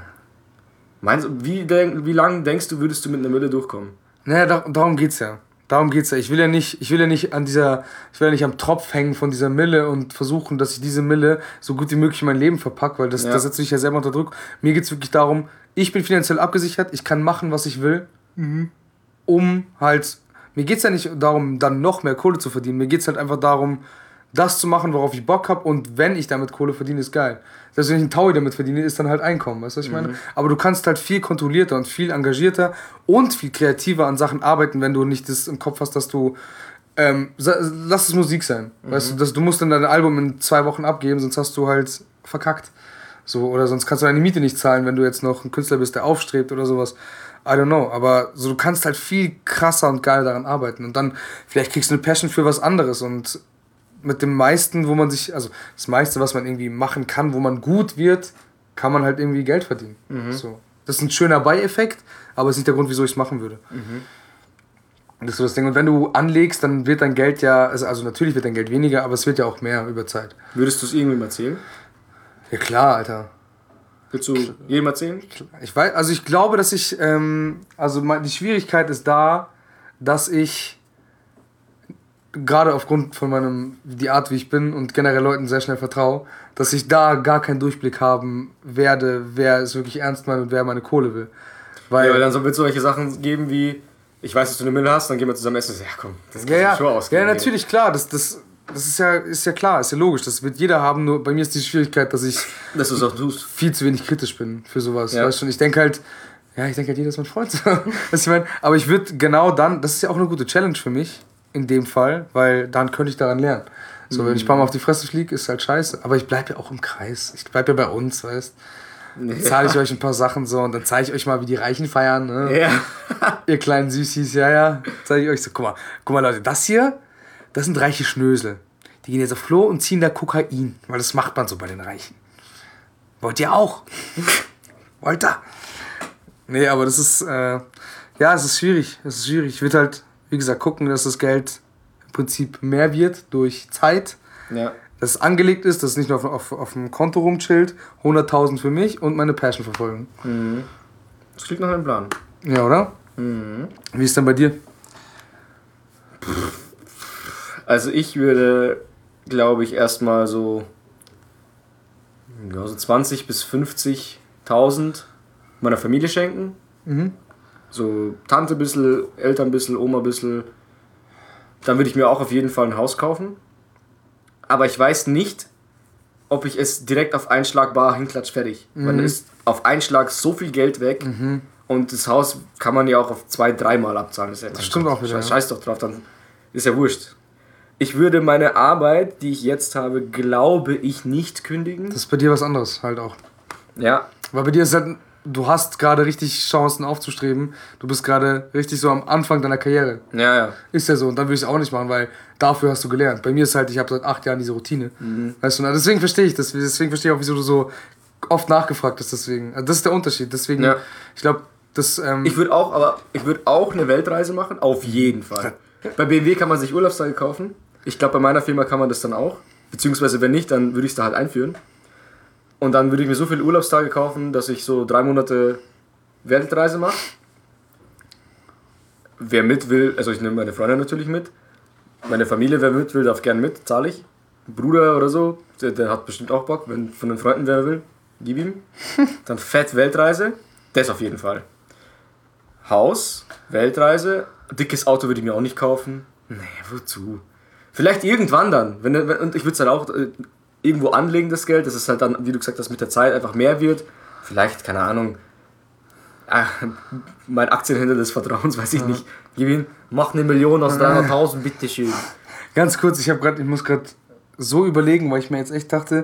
Meinst du, wie, denk, wie lange denkst du, würdest du mit einer Mille durchkommen? Naja, da, darum geht's ja. Darum geht's ja. Ich will ja nicht, ich will ja nicht an dieser, ich will ja nicht am Tropf hängen von dieser Mille und versuchen, dass ich diese Mille so gut wie möglich in mein Leben verpacke, weil das, Ja. das setzt mich ja selber unter Druck. Mir geht's wirklich darum, ich bin finanziell abgesichert, ich kann machen, was ich will, Mhm. um halt, mir geht's ja nicht darum, dann noch mehr Kohle zu verdienen, mir geht's halt einfach darum, das zu machen, worauf ich Bock habe, und wenn ich damit Kohle verdiene, ist geil. Selbst wenn ich einen Taui damit verdiene, ist dann halt Einkommen, weißt du, was ich meine? Aber du kannst halt viel kontrollierter und viel engagierter und viel kreativer an Sachen arbeiten, wenn du nicht das im Kopf hast, dass du, ähm, sa- lass es Musik sein, weißt du, dass, du musst dann dein Album in zwei Wochen abgeben, sonst hast du halt verkackt. So, oder sonst kannst du deine Miete nicht zahlen, wenn du jetzt noch ein Künstler bist, der aufstrebt oder sowas. I don't know, aber so, du kannst halt viel krasser und geil daran arbeiten und dann vielleicht kriegst du eine Passion für was anderes und mit dem meisten, wo man sich, also das meiste, was man irgendwie machen kann, wo man gut wird, kann man halt irgendwie Geld verdienen. Mhm. So. Das ist ein schöner Beieffekt, aber es ist nicht der Grund, wieso ich es machen würde. Mhm. Das ist so das Ding. Und wenn du anlegst, dann wird dein Geld ja, also, also natürlich wird dein Geld weniger, aber es wird ja auch mehr über Zeit. Würdest du es irgendwem erzählen? Ja klar, Alter. Würdest du jedem erzählen? Ich weiß, also ich glaube, dass ich, ähm, also mein- die Schwierigkeit ist da, dass ich gerade aufgrund von meinem, die Art wie ich bin und generell Leuten sehr schnell vertraue, dass ich da gar keinen Durchblick haben werde, wer es wirklich ernst meint und wer meine Kohle will. Weil, Ja, weil dann so wird es solche Sachen geben wie, ich weiß, dass du eine Mille hast, dann gehen wir zusammen essen. Ja komm, das kann ja, ja, ich schon ausgeben. ja, natürlich, klar, das, das, das ist ja, ist ja klar, ist ja logisch, das wird jeder haben, nur bei mir ist die Schwierigkeit, dass ich Dass du es auch tust. viel zu wenig kritisch bin für sowas, Ja. weißt du, und ich denke halt, ja, ich denke halt, jeder ist mein Freund, was ich meine, aber ich würde genau dann, das ist ja auch eine gute Challenge für mich, in dem Fall, weil dann könnte ich daran lernen. So, wenn ich ein paar Mal auf die Fresse fliege, ist halt scheiße, aber ich bleibe ja auch im Kreis, ich bleibe ja bei uns, weißt du. Dann zahle ich euch ein paar Sachen so und dann zeige ich euch mal, wie die Reichen feiern, ne? Ja. Ihr kleinen Süßis, ja, ja. Zeige ich euch so, guck mal, guck mal Leute, das hier, das sind reiche Schnösel. Die gehen jetzt auf Klo und ziehen da Kokain, weil das macht man so bei den Reichen. Wollt ihr auch? Wollt ihr? Nee, aber das ist, äh, ja, es ist schwierig, es ist schwierig. Ich würde halt, wie gesagt, gucken, dass das Geld im Prinzip mehr wird durch Zeit. Ja. Dass es angelegt ist, dass es nicht nur auf, auf, auf dem Konto rumchillt. hunderttausend für mich und meine Passion verfolgen. Mhm. Das klingt nach einem Plan. Ja, oder? Mhm. Wie ist denn bei dir? Also ich würde, glaube ich, erstmal so, ja, so zwanzig bis fünfzigtausend meiner Familie schenken. Mhm. So Tante ein bisschen, Eltern ein bisschen, Oma ein bisschen. Dann würde ich mir auch auf jeden Fall ein Haus kaufen. Aber ich weiß nicht, ob ich es direkt auf einen Schlag bar hinklatsch fertig. Mhm. Dann ist auf einen Schlag so viel Geld weg. Mhm. Und das Haus kann man ja auch auf zwei, dreimal abzahlen. Das, ist ja Das stimmt auch wieder. Scheiß, scheiß doch drauf, dann ist ja wurscht. Ich würde meine Arbeit, die ich jetzt habe, glaube ich, nicht kündigen. Das ist bei dir was anderes halt auch. Ja. Weil bei dir ist halt, du hast gerade richtig Chancen aufzustreben. Du bist gerade richtig so am Anfang deiner Karriere. Ja, ja. Ist ja so. Und dann würde ich es auch nicht machen, weil dafür hast du gelernt. Bei mir ist halt, ich habe seit acht Jahren diese Routine. Mhm. Weißt du, und deswegen verstehe ich das. Deswegen verstehe ich auch, wieso du so oft nachgefragt hast. Deswegen. Also das ist der Unterschied. Deswegen, Ja. ich glaube, das. Ähm, Ich würde auch, aber ich würde auch eine Weltreise machen, auf jeden Fall. Bei B M W kann man sich Urlaubstage kaufen. Ich glaube, bei meiner Firma kann man das dann auch. Beziehungsweise wenn nicht, dann würde ich es da halt einführen. Und dann würde ich mir so viele Urlaubstage kaufen, dass ich so drei Monate Weltreise mache. Wer mit will, also ich nehme meine Freundin natürlich mit. Meine Familie, wer mit will, darf gern mit, zahle ich. Bruder oder so, der, der hat bestimmt auch Bock. Wenn von den Freunden wer will, gib ihm. Dann fett Weltreise, das auf jeden Fall. Haus, Weltreise, dickes Auto würde ich mir auch nicht kaufen. Nee, wozu? Vielleicht irgendwann dann. Wenn, und ich würde es halt auch äh, irgendwo anlegen, das Geld, dass es halt dann, wie du gesagt hast, mit der Zeit einfach mehr wird. Vielleicht, keine Ahnung, äh, mein Aktienhändler des Vertrauens, weiß ich ja. nicht, gewinn, mach eine Million aus dreihunderttausend, bitteschön. Ganz kurz, ich, hab grad, ich muss gerade so überlegen, weil ich mir jetzt echt dachte,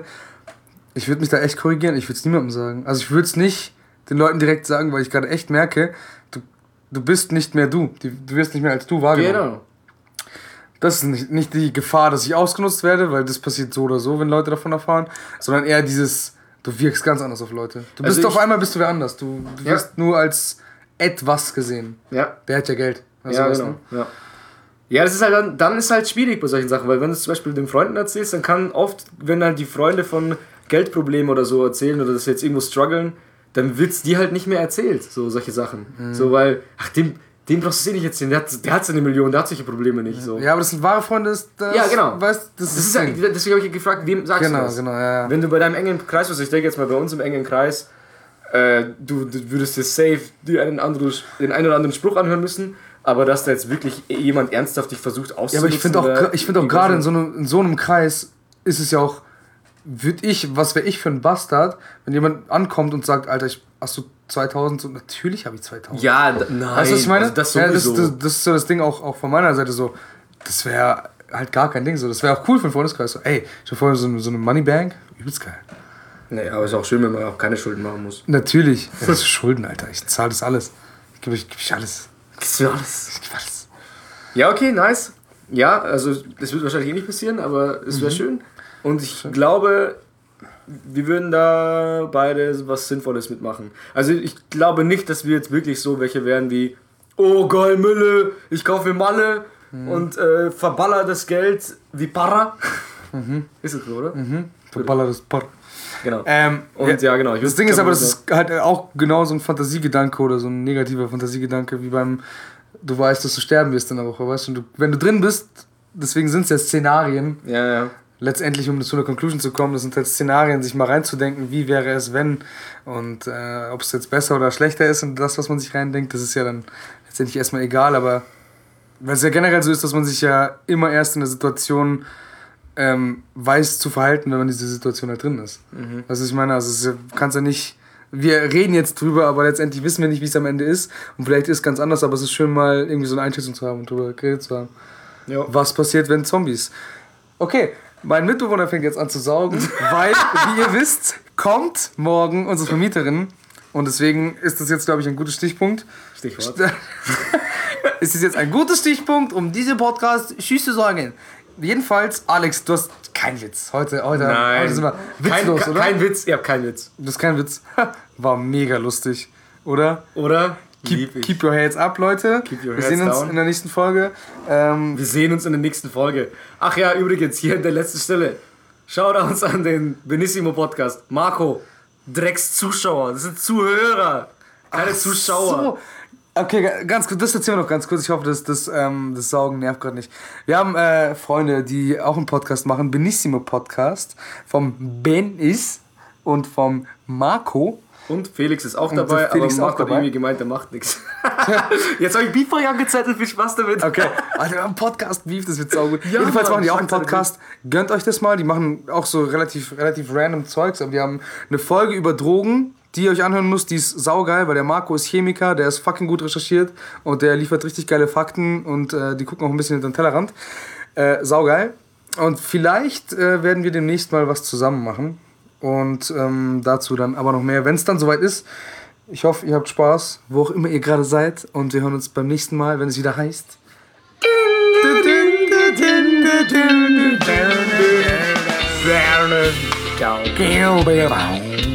ich würde mich da echt korrigieren, ich würde es niemandem sagen. Also ich würde es nicht den Leuten direkt sagen, weil ich gerade echt merke, du, du bist nicht mehr du. Du wirst nicht mehr als du wahrgenommen. Genau. Das ist nicht, nicht die Gefahr, dass ich ausgenutzt werde, weil das passiert so oder so, wenn Leute davon erfahren, sondern eher dieses, du wirkst ganz anders auf Leute. Du bist also auf einmal bist du wer anders. Du, du ja. wirst nur als etwas gesehen. Ja. Der hat ja Geld. Also ja, was, genau. Ne? Ja. Ja, das ist halt dann, dann ist halt schwierig bei solchen Sachen, weil wenn du es zum Beispiel den Freunden erzählst, dann kann oft, wenn halt die Freunde von Geldproblemen oder so erzählen oder dass sie jetzt irgendwo strugglen, dann wird's dir halt nicht mehr erzählt, so solche Sachen. Mhm. So, weil, ach, dem, dem brauchst du eh nicht erzählen, der hat, der hat seine Million, der hat solche Probleme nicht. So. Ja, aber das sind wahre Freunde, das, ja, genau. Weißt, das, das ist ja, deswegen habe ich gefragt, wem sagst genau, du das? Genau, ja. Wenn du bei deinem engen Kreis bist, ich denke jetzt mal bei uns im engen Kreis, äh, du, du würdest dir safe die einen anderen, den einen oder anderen Spruch anhören müssen, aber dass da jetzt wirklich jemand ernsthaft dich versucht auszunutzen. Ja, aber ich finde auch, ich find auch gerade in, so einem, in so einem Kreis ist es ja auch, würde ich, was wäre ich für ein Bastard, wenn jemand ankommt und sagt, Alter, ich, hast du zweitausend? So, natürlich habe ich zweitausend. Ja, d- nein. Weißt du, was ich meine? Also das sowieso. Ja, das, das, das ist so das Ding auch, auch von meiner Seite so, das wäre halt gar kein Ding so. Das wäre auch cool für einen Freundeskreis. So, ey, ich habe vorher so, eine- so eine Moneybank, übelst geil. Nee, aber ist auch schön, wenn man auch keine Schulden machen muss. Natürlich. Ja, das ist Schulden, Alter. Ich zahle das alles. Ich gebe euch, geb euch alles. Gibst du alles? Ich gebe alles. Ja, okay, nice. Ja, also das wird wahrscheinlich eh nicht passieren, aber es wäre mhm. schön. Und ich schön. glaube, wir würden da beide was Sinnvolles mitmachen. Also ich glaube nicht, dass wir jetzt wirklich so welche wären wie, oh geil, Mülle, ich kaufe mir Malle mhm. und äh, verballer das Geld wie Parra. Mhm. Ist es so, oder? Mhm. Verballer das Parra. Genau. Ähm, und ja, ja genau. Ich das Ding ist aber, das ist halt auch genau so ein Fantasiegedanke oder so ein negativer Fantasiegedanke wie beim, du weißt, dass du sterben wirst in der Woche, weißt du, du wenn du drin bist, deswegen sind es ja Szenarien. Ja, ja. Letztendlich, um zu einer Conclusion zu kommen, das sind halt Szenarien, sich mal reinzudenken, wie wäre es, wenn und äh, ob es jetzt besser oder schlechter ist und das, was man sich reindenkt, das ist ja dann letztendlich erstmal egal, aber weil es ja generell so ist, dass man sich ja immer erst in der Situation ähm, weiß zu verhalten, wenn man in dieser Situation halt drin ist. Mhm. Also ich meine, also es ist, kannst ja nicht, wir reden jetzt drüber, aber letztendlich wissen wir nicht, wie es am Ende ist und vielleicht ist es ganz anders, aber es ist schön mal irgendwie so eine Einschätzung zu haben und drüber geredet zu haben. Jo. Was passiert, wenn Zombies... Okay, mein Mitbewohner fängt jetzt an zu saugen, weil, wie ihr wisst, kommt morgen unsere Vermieterin und deswegen ist das jetzt, glaube ich, ein guter Stichpunkt. Stichwort. Ist es jetzt ein guter Stichpunkt, um diese Podcast Tschüss zu sagen. Jedenfalls, Alex, du hast keinen Witz. Heute, heute, Nein. heute sind wir witzlos, kein, oder? Kein Witz, ihr habt keinen Witz. Du hast keinen Witz. War mega lustig, oder? Oder? Keep, keep your heads up, Leute. Keep your wir heads sehen uns down. in der nächsten Folge. Ähm, wir sehen uns in der nächsten Folge. Ach ja, übrigens, hier an der letzten Stelle. Shoutouts an den Benissimo Podcast. Marco, Drecks-Zuschauer. Das sind Zuhörer, keine Ach Zuschauer. So. Okay, ganz kurz, das erzählen wir noch ganz kurz. Ich hoffe, das, das, ähm, das Saugen nervt gerade nicht. Wir haben äh, Freunde, die auch einen Podcast machen. Benissimo Podcast. Vom Benis und vom Marco. Und Felix ist auch und dabei, Felix aber Marco hat irgendwie gemeint, der macht nichts. Jetzt habe ich Beef bei euch angezettelt, viel Spaß damit. Okay, Alter, wir haben einen Podcast Beef, das wird saugut. Ja, jedenfalls machen die auch einen Podcast. Gönnt euch das mal, die machen auch so relativ, relativ random Zeugs, aber die haben eine Folge über Drogen, die ihr euch anhören müsst, die ist saugeil, weil der Marco ist Chemiker, der ist fucking gut recherchiert und der liefert richtig geile Fakten und äh, die gucken auch ein bisschen hinter den Tellerrand. Äh, saugeil. Und vielleicht äh, werden wir demnächst mal was zusammen machen. Und ähm, dazu dann aber noch mehr, wenn es dann soweit ist. Ich hoffe, ihr habt Spaß, wo auch immer ihr gerade seid. Und wir hören uns beim nächsten Mal, wenn es wieder heißt. Ciao.